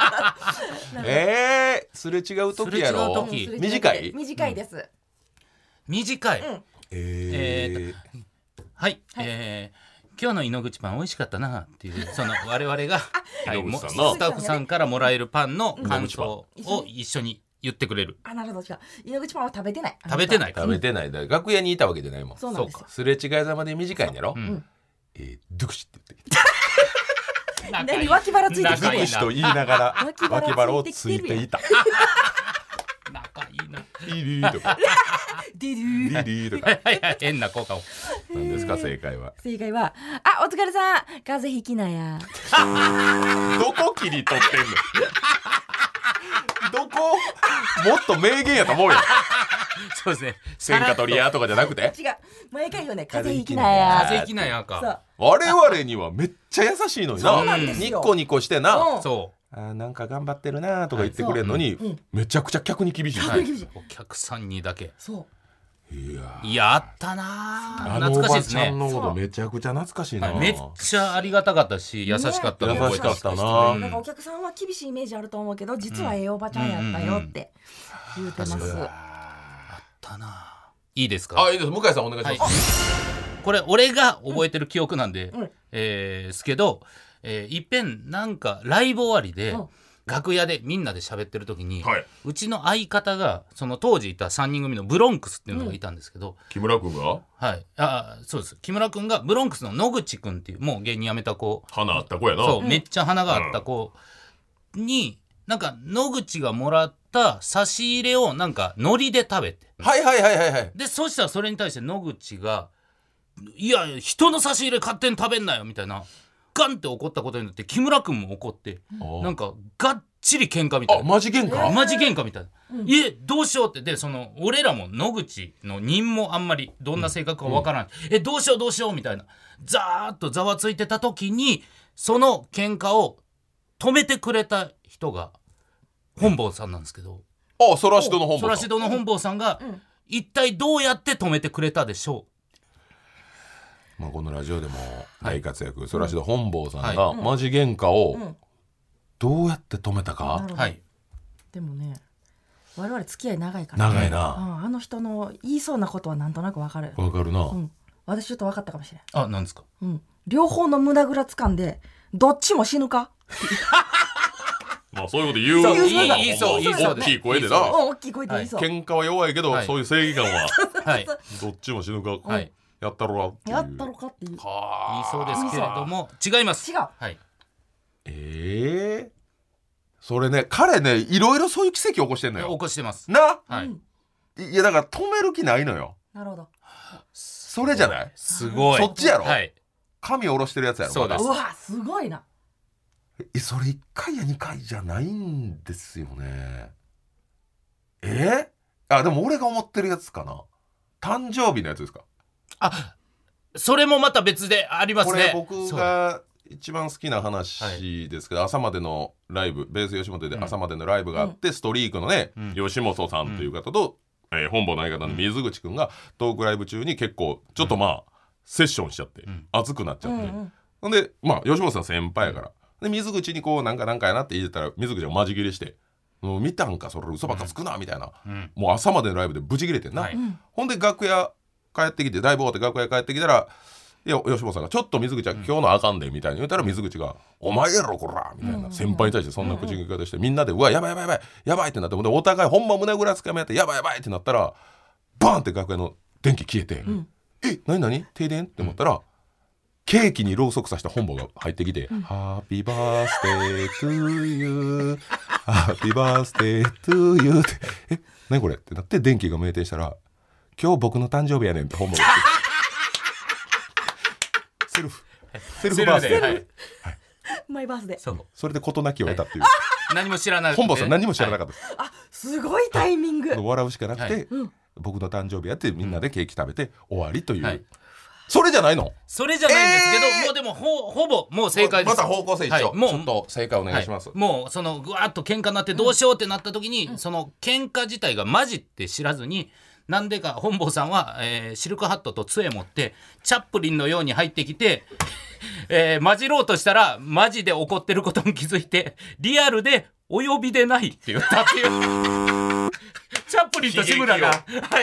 すれ違う時やろ。短い？ 短いです。 短い。はい。今日の井ノ口パン美味しかったなっていうその我々がスタッフさんからもらえるパンの感想を一緒に言ってくれる。 なるほど。違う。井ノ口パンは食べてない。 食べてないだ。楽屋にいたわけじゃないもん。 そうなんですよ。 すれ違いざまで短いんやろ。ドゥクシって言ってきた。 何脇腹ついてきてる。 ドゥクシと言いながら脇腹をついていた。 仲いいな。 リリーとか。 リリーとか。 変な効果を。 何ですか正解は？ 正解はお疲れさん。風邪ひきなや。 どこ切り取ってんの？どこ？もっと名言やと思うよ。 そうですね。 千下取りやとかじゃなくて？ 違う。毎回言うね。風邪ひきなや。 風邪ひきなやか。 我々にはめっちゃ優しいのにな。ニコニコしてな。 そう。 なんか頑張ってるなとか言ってくれるのに、めちゃくちゃ客に厳しい。 お客さんにだけ。 そう。 いやあったな。 懐かしいですね。あのおばちゃんのことめちゃくちゃ懐かしいな。 めっちゃありがたかったし優しかったの優しかったな。 なんかお客さんは厳しいイメージあると思うけど実はおばちゃんやったよって言うてます。 あったな。いいですか？ いいです。向井さんお願いします。 これ俺が覚えてる記憶なんでですけど、いっぺんなんかライブ終わりで楽屋でみんなで喋ってる時に、うちの相方がその当時いた3人組のブロンクスっていうのがいたんですけど、 木村君がそうです。木村君がブロンクスの野口君っていうもう芸人辞めた子、 花あった子やな。 そうめっちゃ花があった子になんか野口がもらった差し入れをなんか海苔で食べて、でそしたらそれに対して野口がいや人の差し入れ勝手に食べんなよみたいなガンって怒ったことによって木村君も怒ってなんかがっちり喧嘩みたいな。 マジ喧嘩みたいな。どうしようってでその俺らも野口の人もあんまりどんな性格かわからない、どうしようみたいなざーっとざわついてた時にその喧嘩を止めてくれた人が本坊さんなんですけど、 ソラシドの本坊さん。 ソラシドの本坊さんが一体どうやって止めてくれたでしょう。 このラジオでも大活躍、ソラシド本坊さんがマジ喧嘩をどうやって止めたか。 でもね我々付き合い長いから、 長いな。 あの人の言いそうなことはなんとなくわかる。 わかるな。 私ちょっと分かったかもしれない。 なんですか？ 両方の胸ぐら掴んでどっちも死ぬか。 そういうこと言う。 いいそう大きい声でな。 大きい声で言いそう。 喧嘩は弱いけどそういう正義感はどっちも死ぬか。やったろかっていう。 やったろかっていう。 言いそうですけれども違います。 違う。 それね彼ねいろいろそういう奇跡起こしてんのよ。 起こしてますな。いやだから止める気ないのよ。 なるほど。 それじゃない？ すごい。 そっちやろ。髪下ろしてるやつやろ。 そうです。 うわすごいな。 それ1回や2回じゃないんですよね。でも俺が思ってるやつかな。誕生日のやつですか？ それもまた別でありますね。 これ僕が一番好きな話ですけど、朝までのライブベース吉本で朝までのライブがあって、ストリークのね、吉本さんという方と、本坊の相方の水口くんがトークライブ中に結構ちょっとセッションしちゃって、熱くなっちゃって、ほんで吉本さん先輩やから、で水口にこうなんかやなって言ってたら水口がマジ切れして「もう見たんかそれ嘘ばっかつくな」みたいな、もう朝までのライブでブチ切れてんな、ほんで楽屋帰ってきてライブ終わって楽屋帰ってきたら吉本さんが「ちょっと水口は今日のあかんで」みたいに言ったら水口が「お前やろこら」みたいな、先輩に対してそんな口聞き方してみんなで「うわやばいやばいやばいやばい」ってなって、お互いほんま胸ぐらつかみ合って「やばいやばい」ってなったらバーンって楽屋の電気消えて、何停電って思ったら、ケーキにろうそくさした本坊が入ってきて、ハッピーバースデートゥーユーハッピーバースデートゥーユーって何これってなって電気が明点したら、今日僕の誕生日やねんって本坊が言ってセルフバースデー、はい、 マイバースデー。 それで事なきを得たっていう、 何も知らない、 本坊さん何も知らなかったです、 すごいタイミング、 笑うしかなくて、僕の誕生日やってみんなでケーキ食べて終わりという、それじゃないの？ それじゃないんですけど、もうでもほぼもう正解です。 また方向性一緒、もうちょっと正解お願いします。 もうそのぐわっと喧嘩になってどうしようってなった時に、その喧嘩自体がマジって知らずに、なんでか本坊さんは、シルクハットと杖持ってチャップリンのように入ってきて、混じろうとしたらマジで怒ってることに気づいて、リアルでお呼びでないって言ったっていうチャップリンと志村が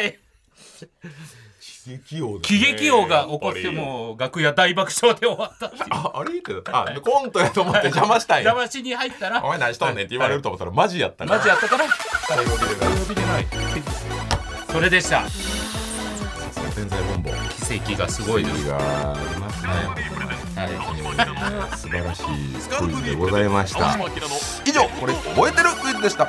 喜劇王が起こって、もう楽屋大爆笑で終わったっていう。 あれってコントやと思って邪魔したんや。 邪魔しに入ったら、 お前何しとんねんって言われると思ったらマジやったから、 お呼びでないそれでした。 天才本坊、 奇跡がすごいです。 がありますね。素晴らしいクイズでございました。以上、これ覚えてるクイズでした。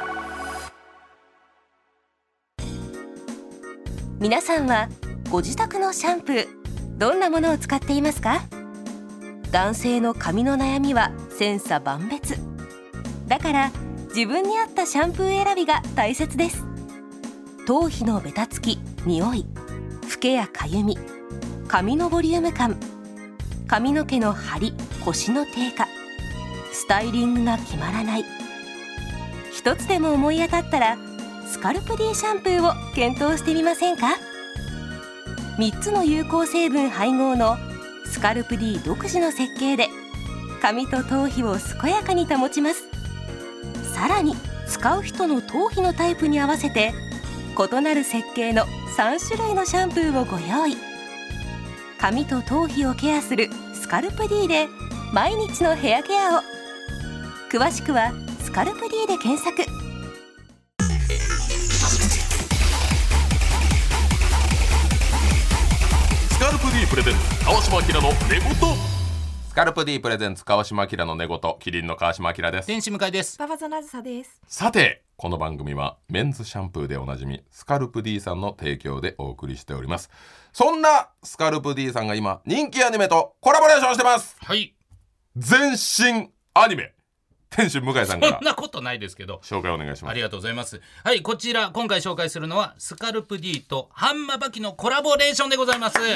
皆さんはご自宅のシャンプー、どんなものを使っていますか？男性の髪の悩みは千差万別だから、自分に合ったシャンプー選びが大切です。頭皮のベタつき、匂い、フケやかゆみ、髪のボリューム感、髪の毛の張り、コシの低下、スタイリングが決まらない、一つでも思い当たったらスカルプ D シャンプーを検討してみませんか？3つの有効成分配合のスカルプ D 独自の設計で髪と頭皮を健やかに保ちます。さらに使う人の頭皮のタイプに合わせて異なる設計の3種類のシャンプーをご用意。髪と頭皮をケアするスカルプ D で毎日のヘアケアを。詳しくはスカルプ D で検索。 スカルプ D プレゼンツ川島明の寝言。スカルプ D プレゼンツ川島明の寝言、キリンの川島明です。 天使向井です。 パパザナズサです。 さて、この番組はメンズシャンプーでおなじみスカルプ D さんの提供でお送りしております。そんなスカルプ D さんが今人気アニメとコラボレーションしてます。 はい、 全身アニメ、天使向井さんからそんなことないですけど紹介お願いします。 ありがとうございます。はい、こちら今回紹介するのはスカルプ D とハンマバキのコラボレーションでございます。いい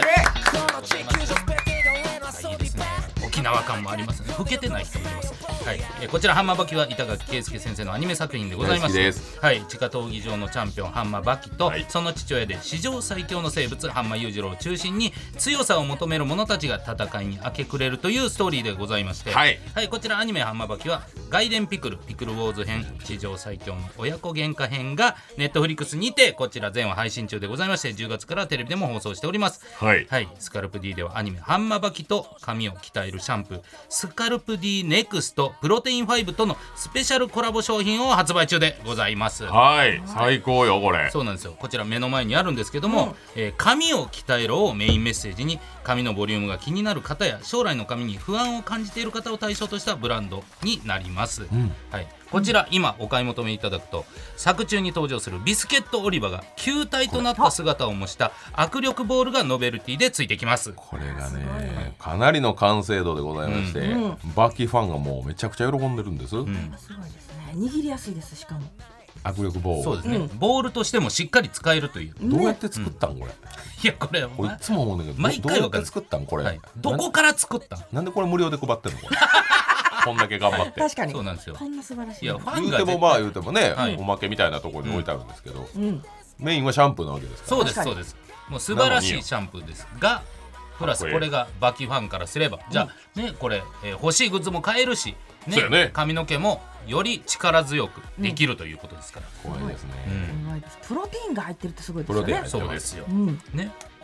ですね、沖縄感もありますね。老けてない人もいます。はい、こちらハンマバキは板垣圭介先生のアニメ作品でございます。はい、地下闘技場のチャンピオンハンマバキと、その父親で史上最強の生物ハンマ裕次郎を中心に強さを求める者たちが戦いに明け暮れるというストーリーでございまして、はい、こちらアニメハンマバキは外伝ピクルウォーズ編、史上最強の親子喧嘩編がネットフリックスにてこちら全話配信中でございまして、10月からテレビでも放送しております。はい、スカルプ D ではアニメハンマバキと髪を鍛えるシャンプースカルプ D ネクストプロテイン5とのスペシャルコラボ商品を発売中でございます。 はい、最高よこれ。 そうなんですよ。こちら目の前にあるんですけども、髪を鍛えろをメインメッセージに、髪のボリュームが気になる方や将来の髪に不安を感じている方を対象としたブランドになります。はい、こちら今お買い求めいただくと、作中に登場するビスケットオリバが球体となった姿を模した握力ボールがノベルティでついてきます。 これがね、かなりの完成度でございまして、バキファンがもうめちゃくちゃ喜んでるんです。すごいですね。 握りやすいです。しかも握力ボール。 そうですね、ボールとしてもしっかり使えるという。 どうやって作ったんこれ。 いやこれいつも思うんだけど、 毎回どうやって作ったんこれ、 どこから作ったん。 なんでこれ無料で配ってんのこれこんだけ頑張って。 確かにそうなんですよ。 こんな素晴らしい。 いやファンが言うてもね、おまけみたいなところに置いてあるんですけど、メインはシャンプーなわけですから。 そうですそうです。もう素晴らしいシャンプーですが、プラスこれがバキファンからすれば、じゃあね、これ欲しいグッズも買えるしね、髪の毛もより力強くできるということですから。 怖いですね。 プロテインが入ってるってすごいですよね。 そうですよ。ね、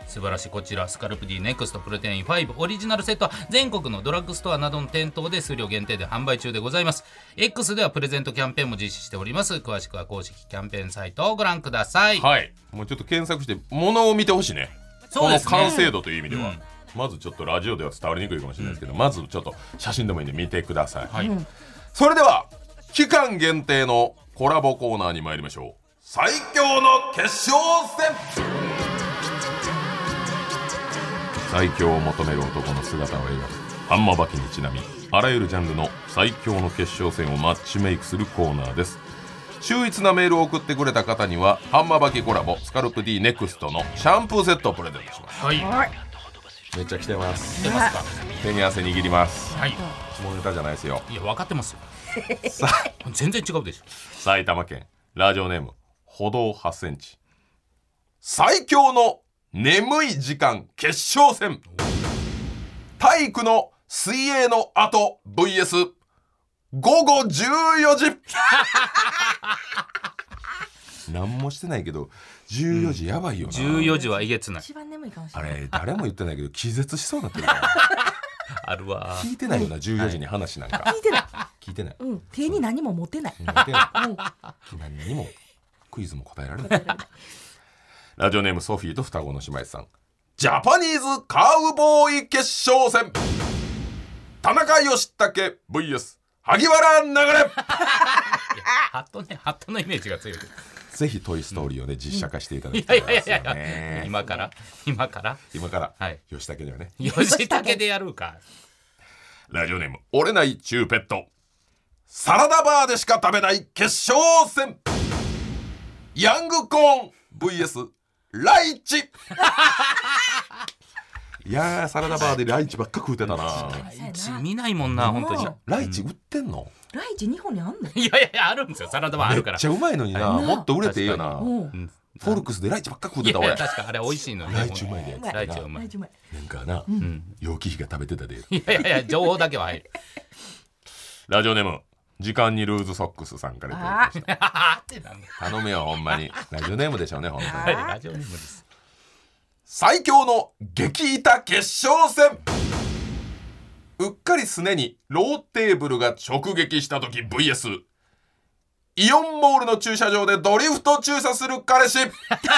素晴らしい。こちらスカルプ D ネクストプロテイン5オリジナルセットは全国のドラッグストアなどの店頭で数量限定で販売中でございます。 X ではプレゼントキャンペーンも実施しております。詳しくは公式キャンペーンサイトをご覧ください。 はい、もうちょっと検索して物を見てほしいね。 そうですね、 この完成度という意味では、まずちょっとラジオでは伝わりにくいかもしれないですけど、まずちょっと写真でもいいんで見てください、 はい、 それでは期間限定のコラボコーナーに参りましょう。最強の決勝戦。最強を求める男の姿を描くハンマーバキにちなみ、あらゆるジャンルの最強の決勝戦をマッチメイクするコーナーです。秀逸なメールを送ってくれた方にはハンマーバキコラボスカルプ D ネクストのシャンプーセットをプレゼントします。 はい、 めっちゃ来てます。 出ますか。 手に汗握ります。 はい、 下ネタじゃないですよ。 いや分かってますよ全然違うでしょ。 埼玉県ラジオネーム歩道8センチ。最強の眠い時間決勝戦。体育の水泳の後 vs 午後14時何もしてないけど14時やばいよな、 14時はえげつない。 一番眠いかもしれない。 あれ誰も言ってないけど気絶しそうになってるからあるわ。 聞いてないよな14時に話なんか、 聞いてない。 聞いてない、 手に何も持ってない。 聞いてない何にもクイズも答えられないラジオネームソフィーと双子の姉妹さん。ジャパニーズカウボーイ決勝戦。田中義武 vs 萩原流れハットのイメージが強い。 ぜひトイストーリーをね、実写化していただきたいですよね。 今からはい、吉武ではね、 吉武でやるか。 ラジオネーム折れないチューペット。サラダバーでしか食べない決勝戦。ヤングコーン vs ライチいやー、サラダバーでライチばっか食うてたな。 ライチ見ないもんな、本当に。 ライチ売ってんの？ ライチ日本にあんの？ いやあるんですよ、サラダバーあるから。 めっちゃうまいのにな、もっと売れていいよな。フォルクスでライチばっか食うてた俺。 確かあれ美味しいのに。 ライチうまいで。 ライチはうまい。 なんかな、陽気比が食べてたで。 いや情報だけは入る。 ラジオネーム時間にルーズソックスさんからいただきました。頼むよほんまに。ラジオネームでしょうね、本当に。 ラジオネームです。 最強の激イタ決勝戦。うっかりすねにローテーブルが直撃した時 vs イオンモールの駐車場でドリフト駐車する彼氏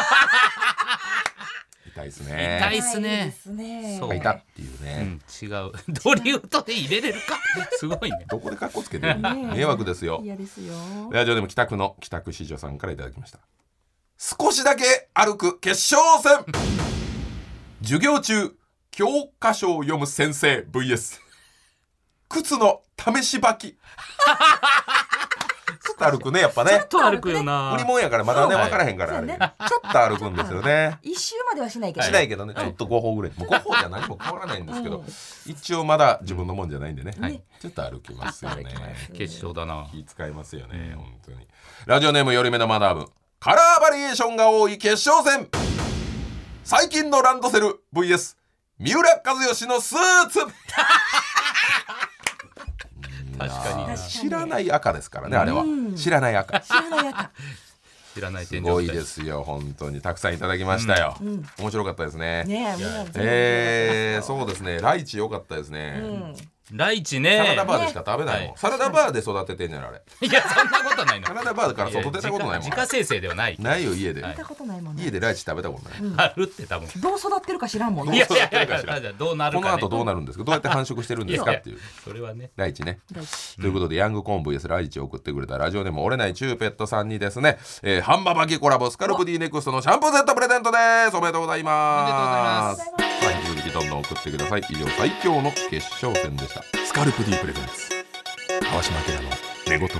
痛いですね。 痛いっすね。 そう痛っていうね、 違う。ドリフトで入れれるかすごいね。 どこでカッコつけてるの迷惑ですよ。 嫌ですよ。 ラジオでも北区の北区市場さんからいただきました。少しだけ歩く決勝戦。授業中教科書を読む先生 vs 靴の試し履きちょっと歩くね、やっぱね。 ちょっと歩くよな。 売り物やからまだね分からへんから、あれちょっと歩くんですよね。 一周まではしないけどしないけどね、ちょっと5歩ぐらい、もう5歩じゃ何も変わらないんですけど、一応まだ自分のもんじゃないんでね、ちょっと歩きますよね。 決勝だな。 気使いますよね、本当に。ラジオネームよりめのマダム。カラーバリエーションが多い決勝戦。最近のランドセル vs 三浦知良のスーツ確かに知らない赤ですからね、あれは。知らない赤。 知らない天井。 すごいですよ、本当にたくさんいただきましたよ。面白かったですね。そうですね、ライチ良かったですね。 ライチね。 サラダバーでしか食べないもん。サラダバーで育ててんじゃん、あれ。 いや、そんなことないの。 サラダバーから外出たことないもん。 自家生成ではない。 ないよ、家で。 見たことないもんね。 家でライチ食べたことない。 あるって多分。 どう育ってるか知らんもんね。 いやどうなるか。 この後どうなるんですか。どうやって繁殖してるんですかっていう。 それはね。 ライチね。ということでヤングコーン vs ライチを送ってくれたラジオネーム折れないチューペットさんにですね、ハンマーバキコラボスカルプ D ネクストのシャンプーセットプレゼントです。おめでとうございます。引き続きどんどん送ってください。以上、最強の決勝戦でした。スカルプ D プレゼンツ川島明の寝言。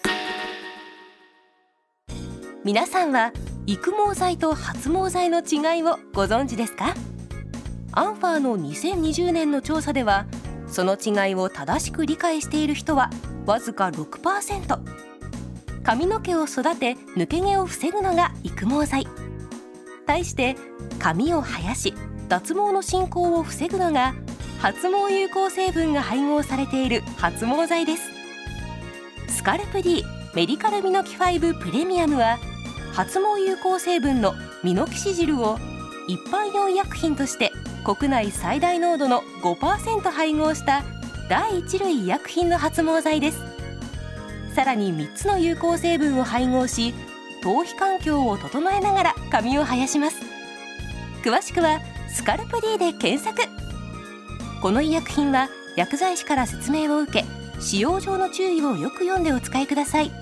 皆さんは育毛剤と発毛剤の違いをご存知ですか？アンファーの2020年の調査では、その違いを正しく理解している人はわずか 6%。 髪の毛を育て抜け毛を防ぐのが育毛剤。対して髪を生やし脱毛の進行を防ぐのが発毛有効成分が配合されている発毛剤です。スカルプ D メディカルミノキ5プレミアムは発毛有効成分のミノキシジルを一般用医薬品として国内最大濃度の 5% 配合した第一類医薬品の発毛剤です。さらに3つの有効成分を配合し、頭皮環境を整えながら髪を生やします。詳しくはスカルプ D で検索。この医薬品は薬剤師から説明を受け、使用上の注意をよく読んでお使いください。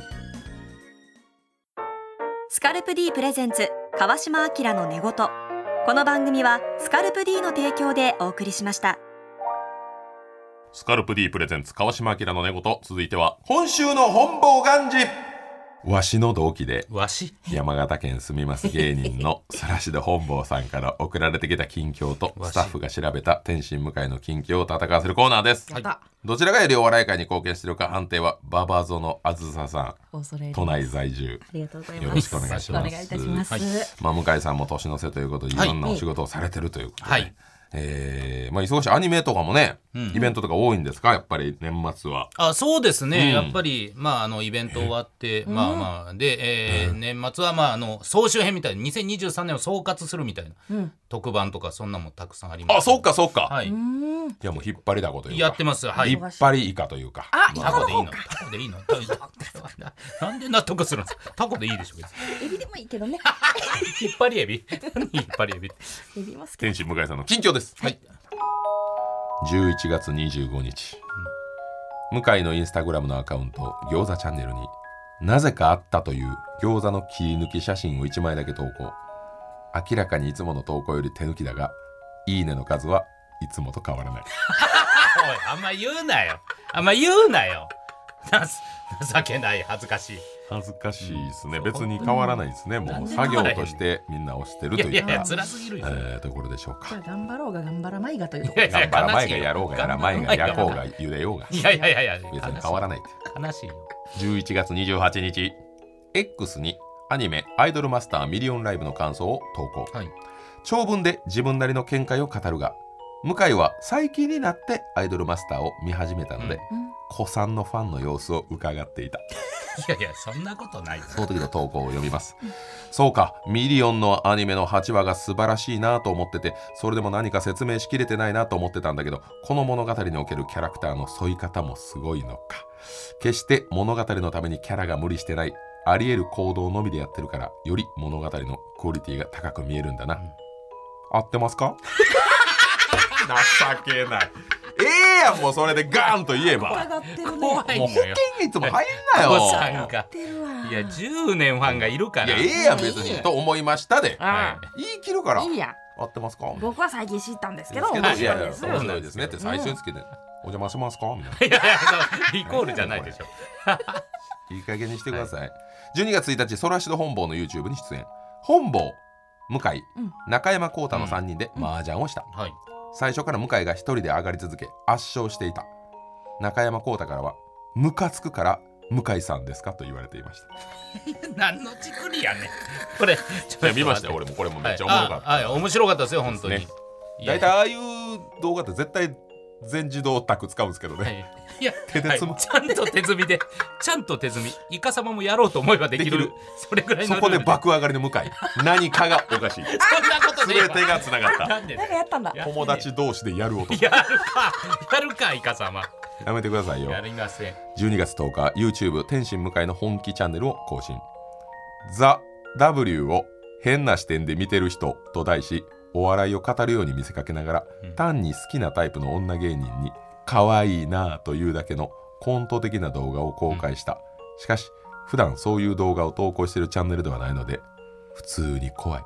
スカルプ D プレゼンツ川島明の寝言。この番組はスカルプ D の提供でお送りしました。 スカルプ D プレゼンツ川島明の寝言。続いては今週の本望願寺。わしの同期で山形県住みます芸人のさらしで本坊さんから送られてきた近況とスタッフが調べた天心向井の近況を戦わせるコーナーです。どちらがよりお笑い界に貢献しているか判定はババゾのあずささん、都内在住。 ありがとうございます。 よろしくお願いします。 お願いいたします。 向井さんも年の瀬ということでいろんなお仕事をされてるということで、忙しいアニメとかもね、イベントとか多いんですか、やっぱり年末は。 そうですね、やっぱり、イベント終わって、で、年末は、総集編みたいな2023年を総括するみたいな、特番とかそんなもたくさんあります。 そうかそうか、 はい、 いやもう引っ張りだこというかやってます。はい、 引っ張りイカというか、 タコでいいの、タコでいいのなんで納得するんですか。タコでいいでしょ別に。 エビでもいいけどね。 引っ張りエビ引っ張りエビ。 天心向井さんの近況です。はい、11月25日、向井のインスタグラムのアカウント餃子チャンネルになぜかあったという餃子の切り抜き写真を1枚だけ投稿。明らかにいつもの投稿より手抜きだが、いいねの数はいつもと変わらない。おい、 あんま言うなよ、あんま言うなよ。情けない、恥ずかしい。 恥ずかしいですね。別に変わらないですね。もう作業としてみんな推してるというか、 辛すぎるよ、 ところでしょうか。 じゃあ頑張ろうが頑張らないがというところ。頑張らないがやろうがやらないが焼こうが茹でようが、 いや別に変わらないって。 悲しいよ。 11月28日 X にアニメアイドルマスターミリオンライブの感想を投稿、長文で自分なりの見解を語るが、向井は最近になってアイドルマスターを見始めたので、子さんのファンの様子を伺っていた。 いやそんなことない。 その時の投稿を読みます。そうか、ミリオンのアニメの8話が素晴らしいなと思ってて、それでも何か説明しきれてないなと思ってたんだけど、この物語におけるキャラクターの添い方もすごいのか。決して物語のためにキャラが無理してない、あり得る行動のみでやってるから、より物語のクオリティが高く見えるんだな。合ってますか？情けない。やん、もうそれでガーンと言えば。 怖いのよ。 もう保険いつも入んなよ。 いや10年ファンがいるから。 いややん別にと思いましたで、言い切るから。 いいや。 合ってますか？ 僕は最近知ったんですけど、 面白いです。面白いですねって最初につけて、お邪魔しますかみたいな。 いやイコールじゃないでしょ。 いい加減にしてください。12月1日ソラシド本坊の YouTube に出演。本坊、向井、中山浩太の3人で麻雀をした。最初から向井が一人で上がり続け圧勝していた。中山浩太からはムカつくから向井さんですかと言われていました。 何のちくりやねんこれ。 見ましたよ俺も。これもめっちゃおもろかった。 面白かったですよ本当に。 大体ああいう動画って絶対全自動タク使うんですけどね。 いや手で積む、 ちゃんと手積みで、ちゃんと手積み。イカ様もやろうと思えばできる。それぐらいの。 そこで爆上がりの向井。何かがおかしい。 そんなことで全てがつながった。 なんかやったんだ。 友達同士でやる男。 やるかイカ様。 やめてくださいよ。 やりません。 12月10日 YouTube 天心向井の本気チャンネルを更新。ザ・ W を変な視点で見てる人と題し、お笑いを語るように見せかけながら、単に好きなタイプの女芸人に可愛いなぁというだけのコント的な動画を公開した。しかし普段そういう動画を投稿しているチャンネルではないので普通に怖い。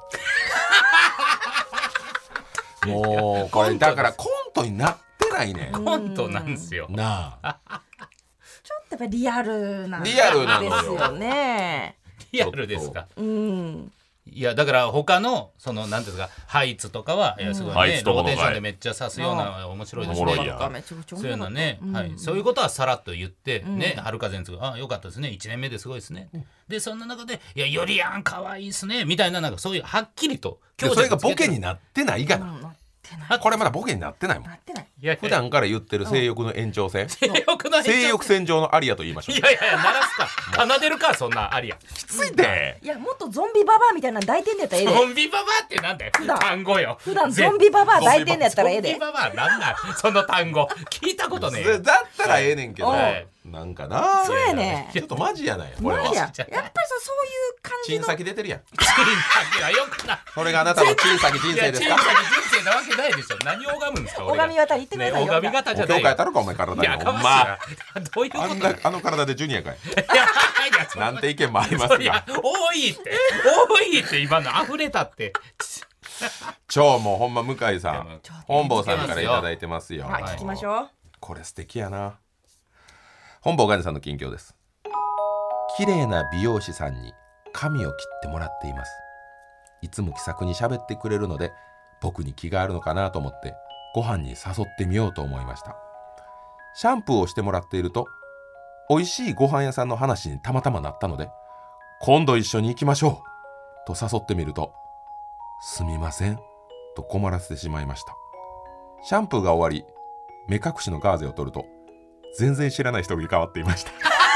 もうこれだからコントになってないね。 コントなんですよなあ。 ちょっとやっぱリアルなんですよね。 リアルですか。いやだから他のその何ですかハイツとかは、すごいねローテーションでめっちゃ刺すような面白いですねとか、そういうのね、そういうことはさらっと言ってね、春風に次ぐよかったですね、1年目ですごいですね、でそんな中でいやよりやん可愛いですねみたいな、なんかそういうはっきりとそれがボケになってないから。 これまだボケになってないもん。 なってない。 いやいや普段から言ってる性欲の延長線、 性欲の延長性欲線上のアリアと言いましょう。 いやいや鳴らすか奏でるかそんなありやきついて。 いやもっとゾンビババアみたいなの抱いてんのやったらええで。 ゾンビババアってなんだよ単語よ。 普段ゾンビババア抱いてんのやったらええで。 ゾンビババアなんなんその単語聞いたことねえよ。 だったらええねんけど、 はいなんかなそうやね。 ちょっとマジやないこれは。 マジや。やっぱりそういう感じチンの。 先出てるやん。 チン先はよくなそれがあなたのチン先人いや生ですか。 チン先人生なわけないでしょ。何を拝むんですか俺が。 拝み渡り言ってくださいよ。 ね拝み方じゃないよ。 今日変えたろかお前体に。 いやかましいまあなどういうことだよあの体でジュニアかい。 いやいやそんなんて意見もありますいやが、 多いって今の溢れたってもうほんま向井さん、本坊さんからいただいてますよ。 はい、聞きましょう。 これ素敵やな。本坊ガニさんの近況です。綺麗な美容師さんに髪を切ってもらっています。いつも気さくに喋ってくれるので、僕に気があるのかなと思ってご飯に誘ってみようと思いました。シャンプーをしてもらっていると、美味しいご飯屋さんの話にたまたまなったので、今度一緒に行きましょうと誘ってみると、すみませんと困らせてしまいました。シャンプーが終わり、目隠しのガーゼを取ると、全然知らない人に変わっていました。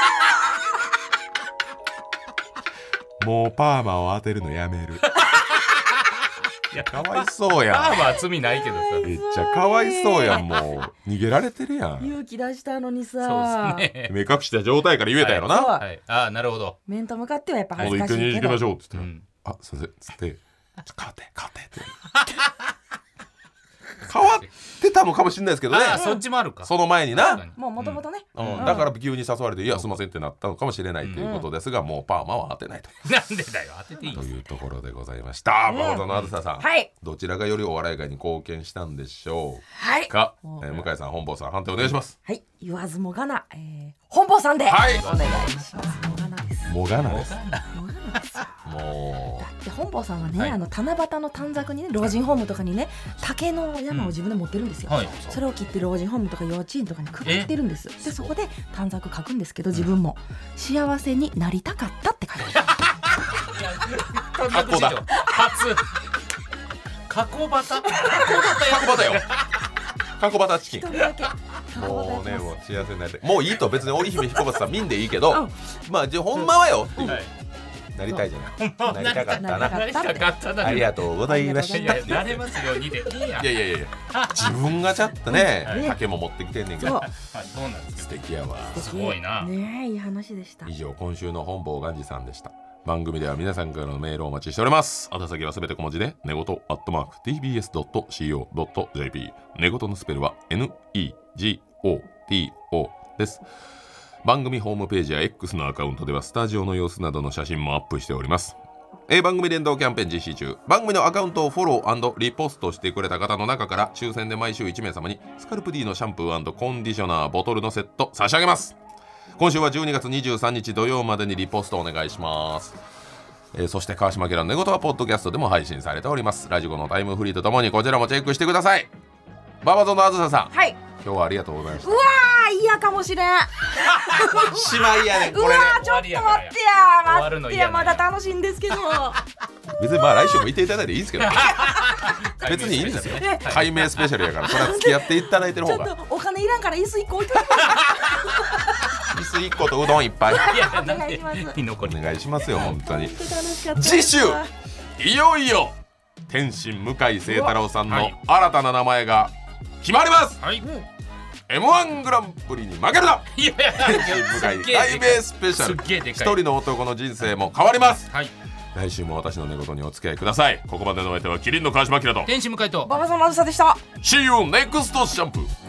もうパーマを当てるのやめる。 いやかわいそうやん。 パーマは罪ないけどさめっちゃかわいそうやん。もう逃げられてるやん。 勇気出したのにそうさ。 ですね目隠した状態から言えたやろな。 そうはいあなるほど面と向かってはやっぱ恥もう一ずかしいけど。 緒に行きましょうって言って、 うんあ、すいませんっつって変わってって変わってたのかもしれないですけどね。 あそっちもあるかその前にな、 確かにもう元々ね。 だから急に誘われて、いやすいませんってなったのかもしれないということですが、もうパーマは当てないと、 なんでだよ当てていいというところでございました。ババゾのあずささん、 はいどちらがよりお笑い界に貢献したんでしょはい。 うか。向井さん、本坊さん、判定お願いします。 はい。言わずもがな、本坊さんで。 はいお願いします。もがなです。 もがなです。 もがなですよ。 もで本坊さんはね、 はい七夕の短冊にね、老人ホームとかにね、竹の山を自分で持ってるんですよ、 はいそれを切って老人ホームとか幼稚園とかに配ってるんです。でそこで短冊書くんですけど、自分も幸せになりたかったって書いてある。 短冊史上初加工バタう角バタよ。角バタチキン。 一人だけもうね、もう幸せになりたい。もういいと、別に織姫彦星さん見んでいいけど、まあじゃあほんまはよっていう、 はいなりたいじゃない。なりたかったな。 なりたかったなありがとうございましいた。 やなれますよ2でいいやいやいやいや、自分がちょっとね、 はい竹も持ってきてんねんけど、 そうはいそうなんです素敵やわ。 すごいなねえ、いい話でした。 以上、今週の本坊ガンジさんでした。番組では皆さんからのメールをお待ちしております。宛先はすべて小文字で、ねごと@tbs.co.jp、 ねごとのスペルは NEGOTO です。番組ホームページや X のアカウントではスタジオの様子などの写真もアップしております。番組連動キャンペーン実施中。番組のアカウントをフォロー&リポストしてくれた方の中から抽選で毎週1名様にスカルプ D のシャンプー&コンディショナーボトルのセット差し上げます。今週は12月23日土曜までにリポストお願いします。そして川島明の寝言はポッドキャストでも配信されております。ラジコのタイムフリーとともにこちらもチェックしてください。ババゾンのあずささん、 はい。 今日はありがとうございました。 うわー、嫌かもしれん。 しまいやねんうわこれね。 ー、ちょっと待ってや終わるの待ってや、 嫌なんやまだ楽しいんですけど。 別にまあ来週もいていただいていいんですけど別にいいんですよ。 ね解明スペシャルやから、それは付き合っていただいてる方が。 ちょっとお金いらんから椅子1個置いといて。 椅子1個とうどん1杯いやなんでお願いしますピノコにお願いしますよ本当に。 楽しかった。 次週いよいよ天心向井聖太郎さんの新たな名前が決まります。 はい M1 グランプリに負けるないやいや天心向井解明スペシャすル。 っげえでかい一人の男の人生も変わります。 はい来週も私の寝言にお付き合いください。ここまでのお相手はキリンの川島明と天使向井と馬場さんのあずさでした。 See you next シャンプー。